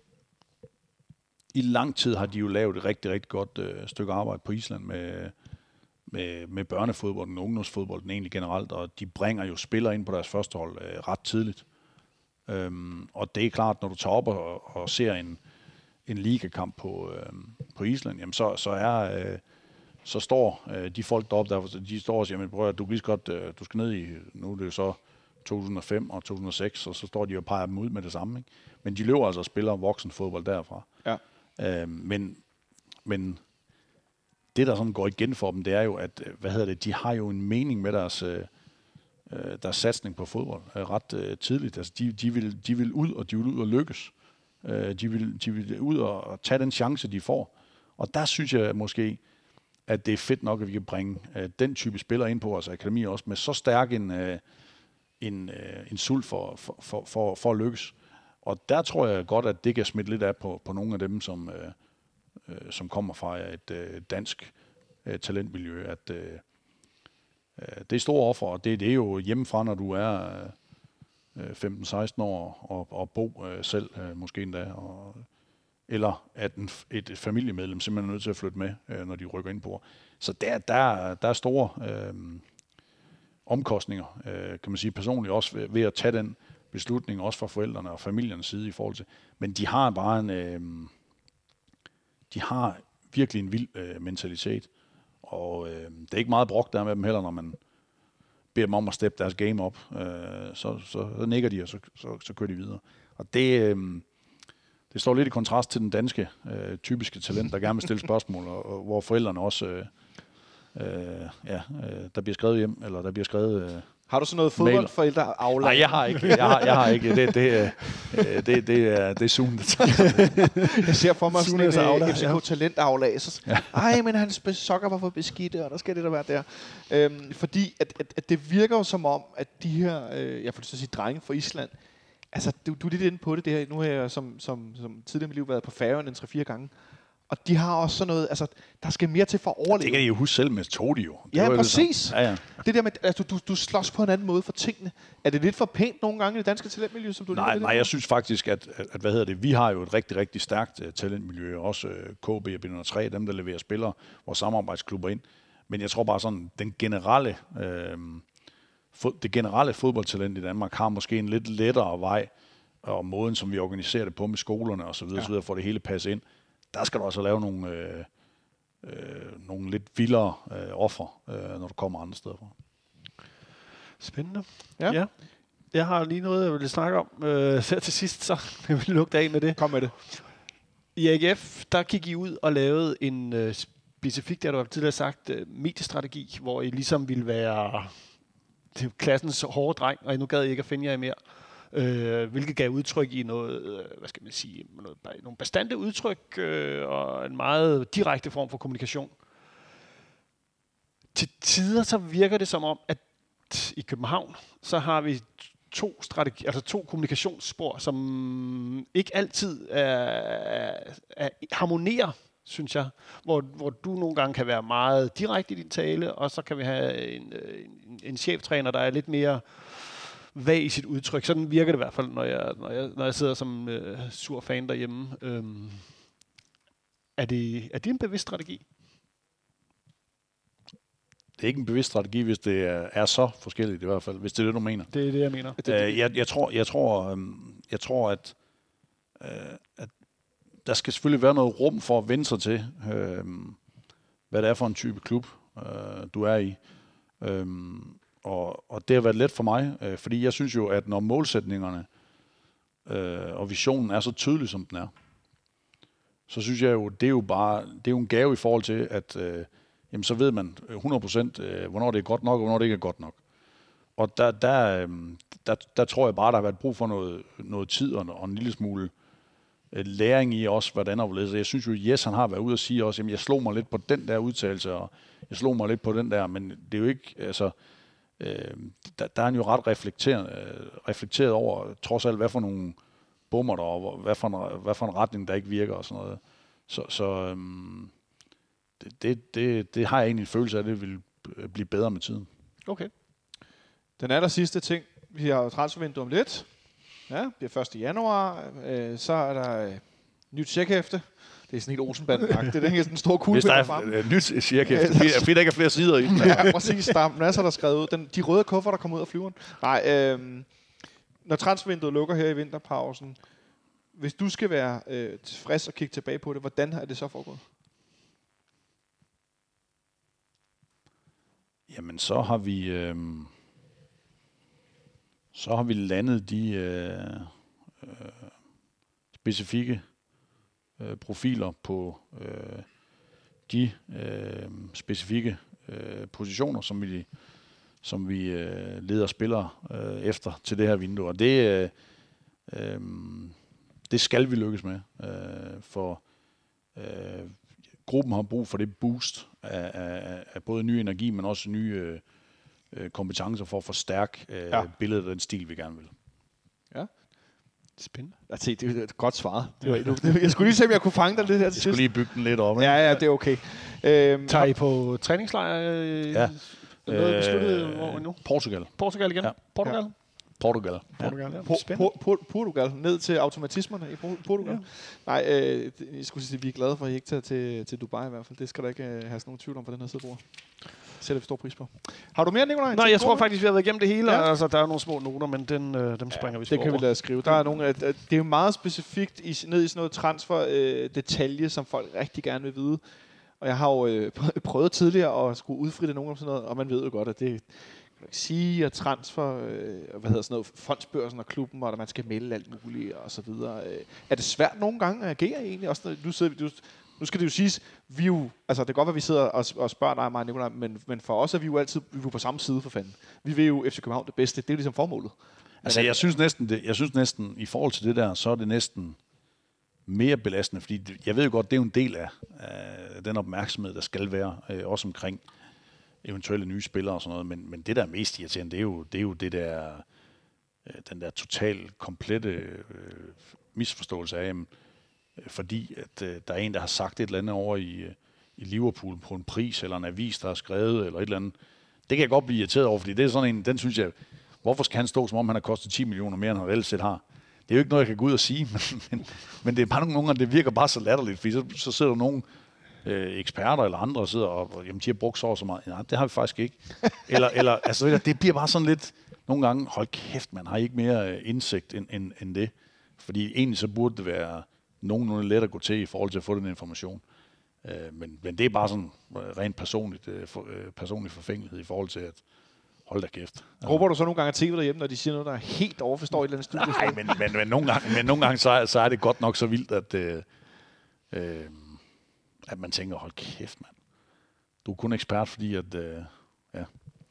i lang tid har de jo lavet et rigtig, rigtig godt øh, stykke arbejde på Island med, med, med børnefodbolden, ungdomsfodbolden egentlig generelt, og de bringer jo spillere ind på deres første hold øh, ret tidligt. Øhm, og det er klart, når du tager op og, og ser en, en ligakamp på, øh, på Island, jamen så, så er... Øh, så står øh, de folk deroppe, der, de står og siger, men prøv at du kan lige så godt, øh, du skal ned i, nu er det jo så to tusind og fem og to tusind og seks, og så står de og peger dem ud med det samme. Ikke? Men de løber altså og spiller voksenfodbold derfra. Ja. Øh, men, men det, der sådan går igen for dem, det er jo, at hvad hedder det, de har jo en mening med deres, øh, deres satsning på fodbold øh, ret øh, tidligt. Altså, de, de, vil, de vil ud, og de vil ud og lykkes. Øh, de, vil, de vil ud og, og tage den chance, de får. Og der synes jeg måske, at det er fedt nok, at vi kan bringe øh, den type spillere ind på vores akademi også, med så stærk en, øh, en, øh, en sult for, for, for, for, for at lykkes. Og der tror jeg godt, at det kan smitte lidt af på, på nogle af dem, som, øh, øh, som kommer fra et øh, dansk øh, talentmiljø. At, øh, øh, det er store offer, og det, det er jo hjemmefra, når du er øh, femten seksten år og, og bo øh, selv øh, måske endda, og eller at en, et, et familiemedlem simpelthen er nødt til at flytte med, øh, når de rykker ind på. Så der, der, der er store øh, omkostninger, øh, kan man sige personligt, også ved, ved at tage den beslutning, også fra forældrene og familiernes side i forhold til. Men de har bare en, øh, de har virkelig en vild øh, mentalitet, og øh, det er ikke meget brok der med dem heller, når man beder dem om at steppe deres game op, øh, så, så, så nikker de, og så, så, så kører de videre. Og det... Øh, Det står lidt i kontrast til den danske øh, typiske talent, der gerne vil stille spørgsmål, og, og hvor forældrene også, øh, øh, ja, øh, der bliver skrevet hjem, eller der bliver skrevet... Øh, har du sådan noget fodboldforældre-aflag? Nej, jeg har ikke. Jeg har, jeg har ikke. Det, det, øh, det, det, er, det er Zoom, det Jeg ser for mig sådan en F C K-talent-aflag. Så, ja. Ej, men hans sokker var for beskidte, og der skal det der være der. Øhm, fordi at, at, at det virker jo som om, at de her, øh, jeg får lyst til at sige drenge fra Island, Altså, du, du er lidt inde på det, det her. Nu har jeg som, som, som tidligere i mit liv været på Færøerne en tre-fire gange. Og de har også sådan noget, altså, der skal mere til for at overleve. Det kan de jo huske selv med Todi jo. Det ja, var præcis. Ja, ja. Det der med, altså, du, du slås på en anden måde for tingene. Er det lidt for pænt nogle gange i det danske talentmiljø, som du Nej, lidt nej, jeg synes faktisk, at, at, at, hvad hedder det, vi har jo et rigtig, rigtig stærkt uh, talentmiljø. Også uh, K B og B nul tre, dem der leverer spillere, vores samarbejdsklubber ind. Men jeg tror bare sådan, den generelle, øh, fod, det generelle fodboldtalent i Danmark har måske en lidt lettere vej, og måden, som vi organiserer det på med skolerne og så videre, ja. så videre, for det hele passe ind. Der skal du også lave nogle, øh, øh, nogle lidt vildere øh, offer, øh, når du kommer andre steder fra. Spændende. Ja. ja. Jeg har lige noget, jeg vil snakke om. Øh, så til sidst, så jeg vil lukke af med det. Kom med det. I A G F, der gik I ud og lavede en øh, specifik, der du har tidligere sagt, øh, mediestrategi, hvor I ligesom ville være det klassens hårde dreng, og nu gad I ikke at finde jer i mere. Øh, hvilket gav udtryk i noget, øh, hvad skal man sige, noget, nogle bastante udtryk øh, og en meget direkte form for kommunikation. Til tider så virker det som om, at i København, så har vi to strategi, altså to kommunikationsspor, som ikke altid er, er, er harmonerer, synes jeg. Hvor, hvor du nogle gange kan være meget direkte i din tale, og så kan vi have en, en, en cheftræner, der er lidt mere vag i sit udtryk. Sådan virker det i hvert fald, når jeg, når jeg, når jeg sidder som øh, sur fan derhjemme. Øhm, er, det, er det en bevidst strategi? Det er ikke en bevidst strategi, hvis det er, er så forskelligt i hvert fald, hvis det er det, du mener. Det er det, jeg mener. Øh, jeg, jeg tror, jeg tror, øhm, jeg tror at, øh, at der skal selvfølgelig være noget rum for at vende sig til, øh, hvad det er for en type klub, øh, du er i. Øh, og, og det har været let for mig, øh, fordi jeg synes jo, at når målsætningerne øh, og visionen er så tydelig, som den er, så synes jeg jo, det er jo bare, det er jo en gave i forhold til, at øh, jamen, så ved man hundrede procent, øh, hvornår det er godt nok, og hvornår det ikke er godt nok. Og der, der, øh, der, der tror jeg bare, der har været brug for noget, noget tid og, og en lille smule øh, læring i også, hvordan og hvorledes. Jeg synes jo, Jes han har været ude og sige også, jamen jeg slog mig lidt på den der udtalelse, og jeg slog mig lidt på den der, men det er jo ikke, altså, øh, der, der er han jo ret reflekteret, øh, reflekteret over, trods alt, hvad for nogle bummer der, og hvad for, en, hvad for en retning, der ikke virker og sådan noget. Så, så øh, det, det, det, det har jeg egentlig en følelse af, at det vil blive bedre med tiden. Okay. Den aller sidste ting, vi har jo transfervindue om lidt. Ja, det bliver første januar. Øh, så er der øh, nyt checkhæfte. Det er sådan helt Olsenbanden-agtigt. Det er sådan en stor Hvis der kuglepind er et nyt checkhæfte, det er fordi, der ikke er flere sider i den. Ja, præcis. Der er masser, der er skrevet ud. Den, de røde kuffer, der kommer ud af flyveren. Nej, øh, når transfervinduet lukker her i vinterpausen, hvis du skal være øh, tilfreds og kigge tilbage på det, hvordan er det så foregået? Jamen, så har vi øh, så har vi landet de øh, øh, specifikke øh, profiler på øh, de øh, specifikke øh, positioner, som vi som vi øh, leder spillere øh, efter til det her vindue. Og det øh, øh, det skal vi lykkes med, øh, for øh, gruppen har brug for det boost af, af, af både ny energi, men også nye øh, kompetencer for at forstærke øh, ja. billedet af den stil, vi gerne vil. Ja. Spændende. Altså, det er et godt svaret. Det var, det, jeg skulle lige se, om jeg kunne fange dig lidt her til sidst. Jeg skulle lige bygge den lidt op. Ikke? Ja, ja, det er okay. Øhm, Tager I på træningslejr? Øh, ja. Noget besluttet øh, hvor nu? Portugal. Portugal igen? Ja. Portugal? Ja. Portugal. Portugal, ja. Po- po- po- Portugal, ned til automatismerne i Portugal. Ja. Nej, øh, jeg skulle sige, at vi er glade for, at I ikke tager til, til Dubai i hvert fald. Det skal der ikke øh, have sådan nogen tvivl om for den her sidebord. Sætter vi stor pris på. Har du mere, Nikolaj? Nej, jeg tror faktisk, vi har været igennem det hele. Ja. Altså, der er nogle små noter, men den, øh, dem springer ja, vi sgu det kan over. vi lade skrive. Der er nogle, øh, det er jo meget specifikt i, ned i sådan noget transfer-detalje, øh, som folk rigtig gerne vil vide. Og jeg har jo øh, prøvet tidligere at skulle udfritte nogen om sådan noget, og man ved jo godt, at det kan ikke sige, at transfer, øh, hvad hedder sådan noget, fondsbørsen og klubben, og at man skal melde alt muligt og så videre. Øh, er det svært nogle gange at agere egentlig? Også når, nu, sidder vi, du, nu skal det jo siges, vi jo, altså det kan godt være, at vi sidder og, og spørger dig og mig, Nicolaj, men, men for os er vi jo altid vi er på samme side for fanden. Vi vil jo F C København det bedste, det er jo ligesom formålet. Altså jeg synes næsten, det, jeg synes næsten, i forhold til det der, så er det næsten mere belastende, fordi det, jeg ved jo godt, det er jo en del af, af den opmærksomhed, der skal være, øh, også omkring eventuelle nye spillere og sådan noget, men, men det der er mest irriterende, det er jo det, er jo det der øh, den der total, komplette øh, misforståelse af, jamen, øh, fordi at øh, der er en, der har sagt et eller andet over i, øh, i Liverpool på en pris, eller en avis, der har skrevet, eller et eller andet. Det kan jeg godt blive irriteret over, fordi det er sådan en, den synes jeg, hvorfor skal han stå, som om han har kostet ti millioner mere, end han reelt set har? Det er jo ikke noget, jeg kan gå ud og sige, men, men, men det er bare nogle gange, det virker bare så latterligt, fordi så, så sidder der nogle øh, eksperter eller andre og sidder og, og jamen, de har brugt så og så meget. Nej, det har vi faktisk ikke. Eller, eller altså, det bliver bare sådan lidt, nogle gange, hold kæft, man har ikke mere indsigt end, end, end det. Fordi egentlig så burde det være nogenlunde let at gå til i forhold til at få den information. Øh, men, men det er bare sådan rent personligt, øh, for, øh, personlig forfængelighed i forhold til at hold da kæft. Råber du så nogle gange af T V derhjemme, når de siger noget, der er helt overforstår i et eller andet studie? Nej, men, men, men nogle gange, men nogle gange så, er, så er det godt nok så vildt, at, øh, øh, at man tænker, hold kæft, mand. Du er kun ekspert, fordi at... Øh, ja.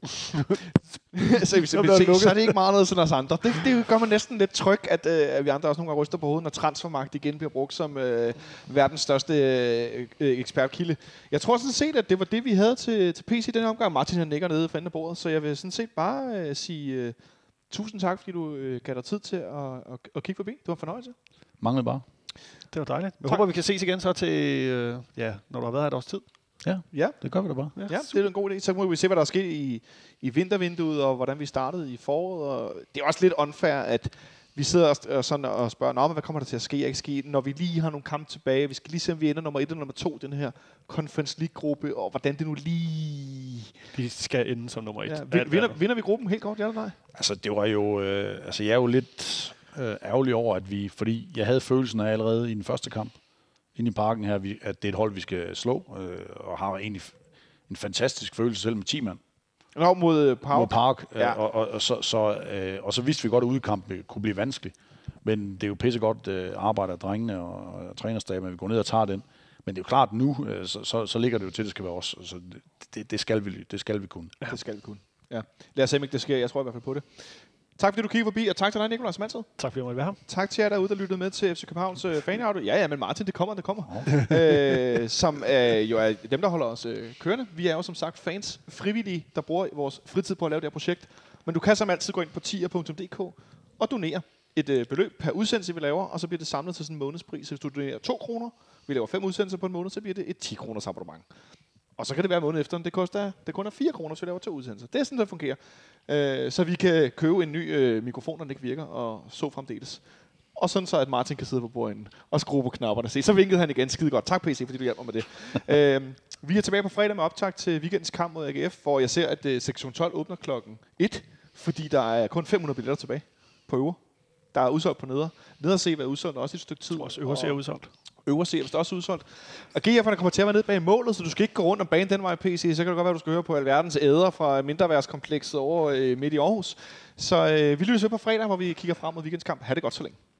så, hvis det bliver så er det ikke meget noget sådan os andre. Det, det gør man næsten lidt tryg, at, øh, at vi andre også nogle gange ryster på hovedet, når transfermarkt igen bliver brugt som øh, verdens største øh, øh, ekspertkilde. Jeg tror sådan set, at det var det, vi havde til, til P C i denne omgang. Martin han nikker nede for enden af bordet, så jeg vil sådan set bare øh, sige øh, tusind tak, fordi du øh, gav dig tid til at, at, at kigge forbi. Det var en fornøjelse. Manglede bare. Det var dejligt. Jeg tak. håber, vi kan ses igen så til, øh, ja, når du har været her et års tid. Ja, ja, det gør vi da bare. Ja, ja, det er en god idé. Så må vi se, hvad der er sket i, i vintervinduet, og hvordan vi startede i foråret. Og det er også lidt unfair, at vi sidder og, og, sådan og spørger, Nå, men hvad kommer der til at ske og ikke ske, når vi lige har nogle kampe tilbage. Vi skal lige se, om vi ender nummer et og nummer to, den her Conference League-gruppe, og hvordan det nu lige... Vi skal ende som nummer et. Ja, vinder, vinder vi gruppen helt godt, ja eller nej? Altså, det var jo... Øh, altså, jeg er jo lidt øh, ærgerlig over, at vi... Fordi jeg havde følelsen af allerede i den første kamp, inde i parken her, vi, at det er et hold, vi skal slå, øh, og har egentlig en fantastisk følelse selv med ti mand. Nå, mod Park. Mod Park, ja. øh, og, og, og, så, så, øh, og så vidste vi godt, at udkampen kunne blive vanskelig. Men det er jo pissegodt øh, arbejde af drengene og, og trænerstaben, at vi går ned og tager den. Men det er jo klart, nu, øh, så, så, så ligger det jo til, at det skal være os. Så det, det, det, skal vi, det skal vi kunne. Ja. Det skal vi kunne. Ja. Lad os se, om ikke det sker. Jeg tror i hvert fald på det. Tak fordi du kiggede forbi, og tak til dig, Nikolaj, som altid. Tak fordi jeg måtte være her. Tak til jer derude, der lyttede med til F C Københavns øh, fanaudio. Ja, ja, men Martin, det kommer, det kommer. Okay. øh, som øh, jo er dem, der holder os øh, kørende. Vi er jo som sagt fans, frivillige, der bruger vores fritid på at lave det her projekt. Men du kan som altid gå ind på tier punktum d k og donere et øh, beløb per udsendelse, vi laver, og så bliver det samlet til sådan en månedspris. Så hvis du donerer to kroner, vi laver fem udsendelser på en måned, så bliver det et ti kroners abonnement. Og så kan det være måned efter, det koster det kun er fire kroner, så vi laver to udsendelser. Det er sådan, det fungerer. Øh, så vi kan købe en ny øh, mikrofon, når den ikke virker, og så fremdeles. Og sådan så, at Martin kan sidde på bordenden og skrue på knapperne. Se, så vinkede han igen skide godt. Tak P C, fordi du hjælper mig med det. øh, vi er tilbage på fredag med optag til weekendens kamp mod A G F, hvor jeg ser, at øh, sektion tolv åbner klokken et, fordi der er kun fem hundrede billetter tilbage på øver. Der er udsolgt på neder. Neder se, hvad er udsolgt også et stykke tid. Vores øver ser udsolgt. Øver ser vist også udsolgt. Og G F'erne kommer til at være nede bag målet, så du skal ikke gå rundt om banen den vej, P C. Så kan det godt være, at du skal høre på alverdens æder fra mindreværdskomplekset over øh, midt i Aarhus. Så øh, vi lyttes ved på fredag, hvor vi kigger frem mod weekendskamp. Ha' det godt så længe.